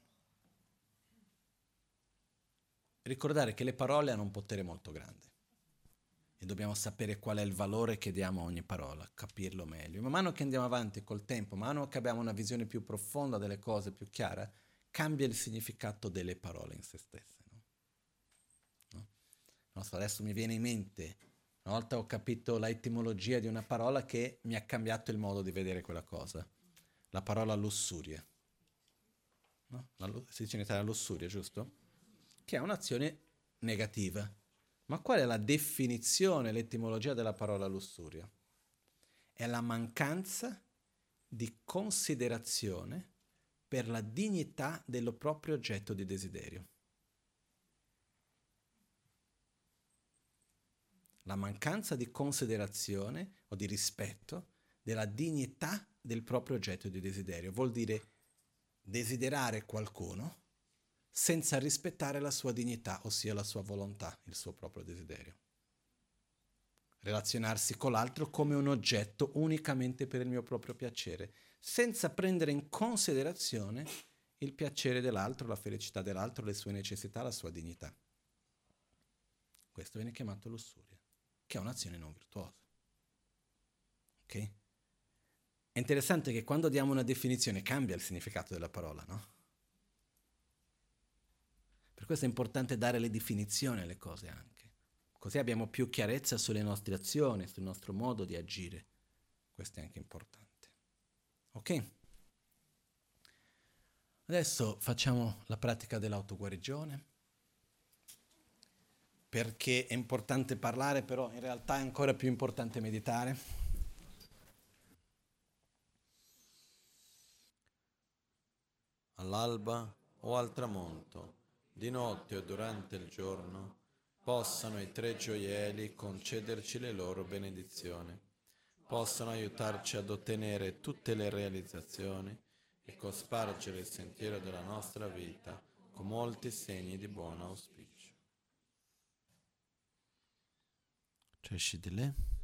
Ricordare che le parole hanno un potere molto grande e dobbiamo sapere qual è il valore che diamo a ogni parola, capirlo meglio. Man mano che andiamo avanti col tempo, man mano che abbiamo una visione più profonda delle cose, più chiara, cambia il significato delle parole in se stesse. No? No? Non so, adesso mi viene in mente, una volta ho capito la etimologia di una parola che mi ha cambiato il modo di vedere quella cosa. La parola lussuria. No? La, si dice in Italia lussuria, giusto? Che è un'azione negativa. Ma qual è la definizione, l'etimologia della parola lussuria? È la mancanza di considerazione per la dignità dello proprio oggetto di desiderio. La mancanza di considerazione o di rispetto della dignità del proprio oggetto di desiderio. Vuol dire desiderare qualcuno senza rispettare la sua dignità, ossia la sua volontà, il suo proprio desiderio. Relazionarsi con l'altro come un oggetto unicamente per il mio proprio piacere, senza prendere in considerazione il piacere dell'altro, la felicità dell'altro, le sue necessità, la sua dignità. Questo viene chiamato lussuria, che è un'azione non virtuosa. Ok? È interessante che quando diamo una definizione cambia il significato della parola, no? Per questo è importante dare le definizioni alle cose anche. Così abbiamo più chiarezza sulle nostre azioni, sul nostro modo di agire. Questo è anche importante. Ok? Adesso facciamo la pratica dell'autoguarigione. Perché è importante parlare, però in realtà è ancora più importante meditare. All'alba o al tramonto, di notte o durante il giorno, possano i tre gioielli concederci le loro benedizioni, possano aiutarci ad ottenere tutte le realizzazioni e cospargere il sentiero della nostra vita con molti segni di buon auspicio. Cioè,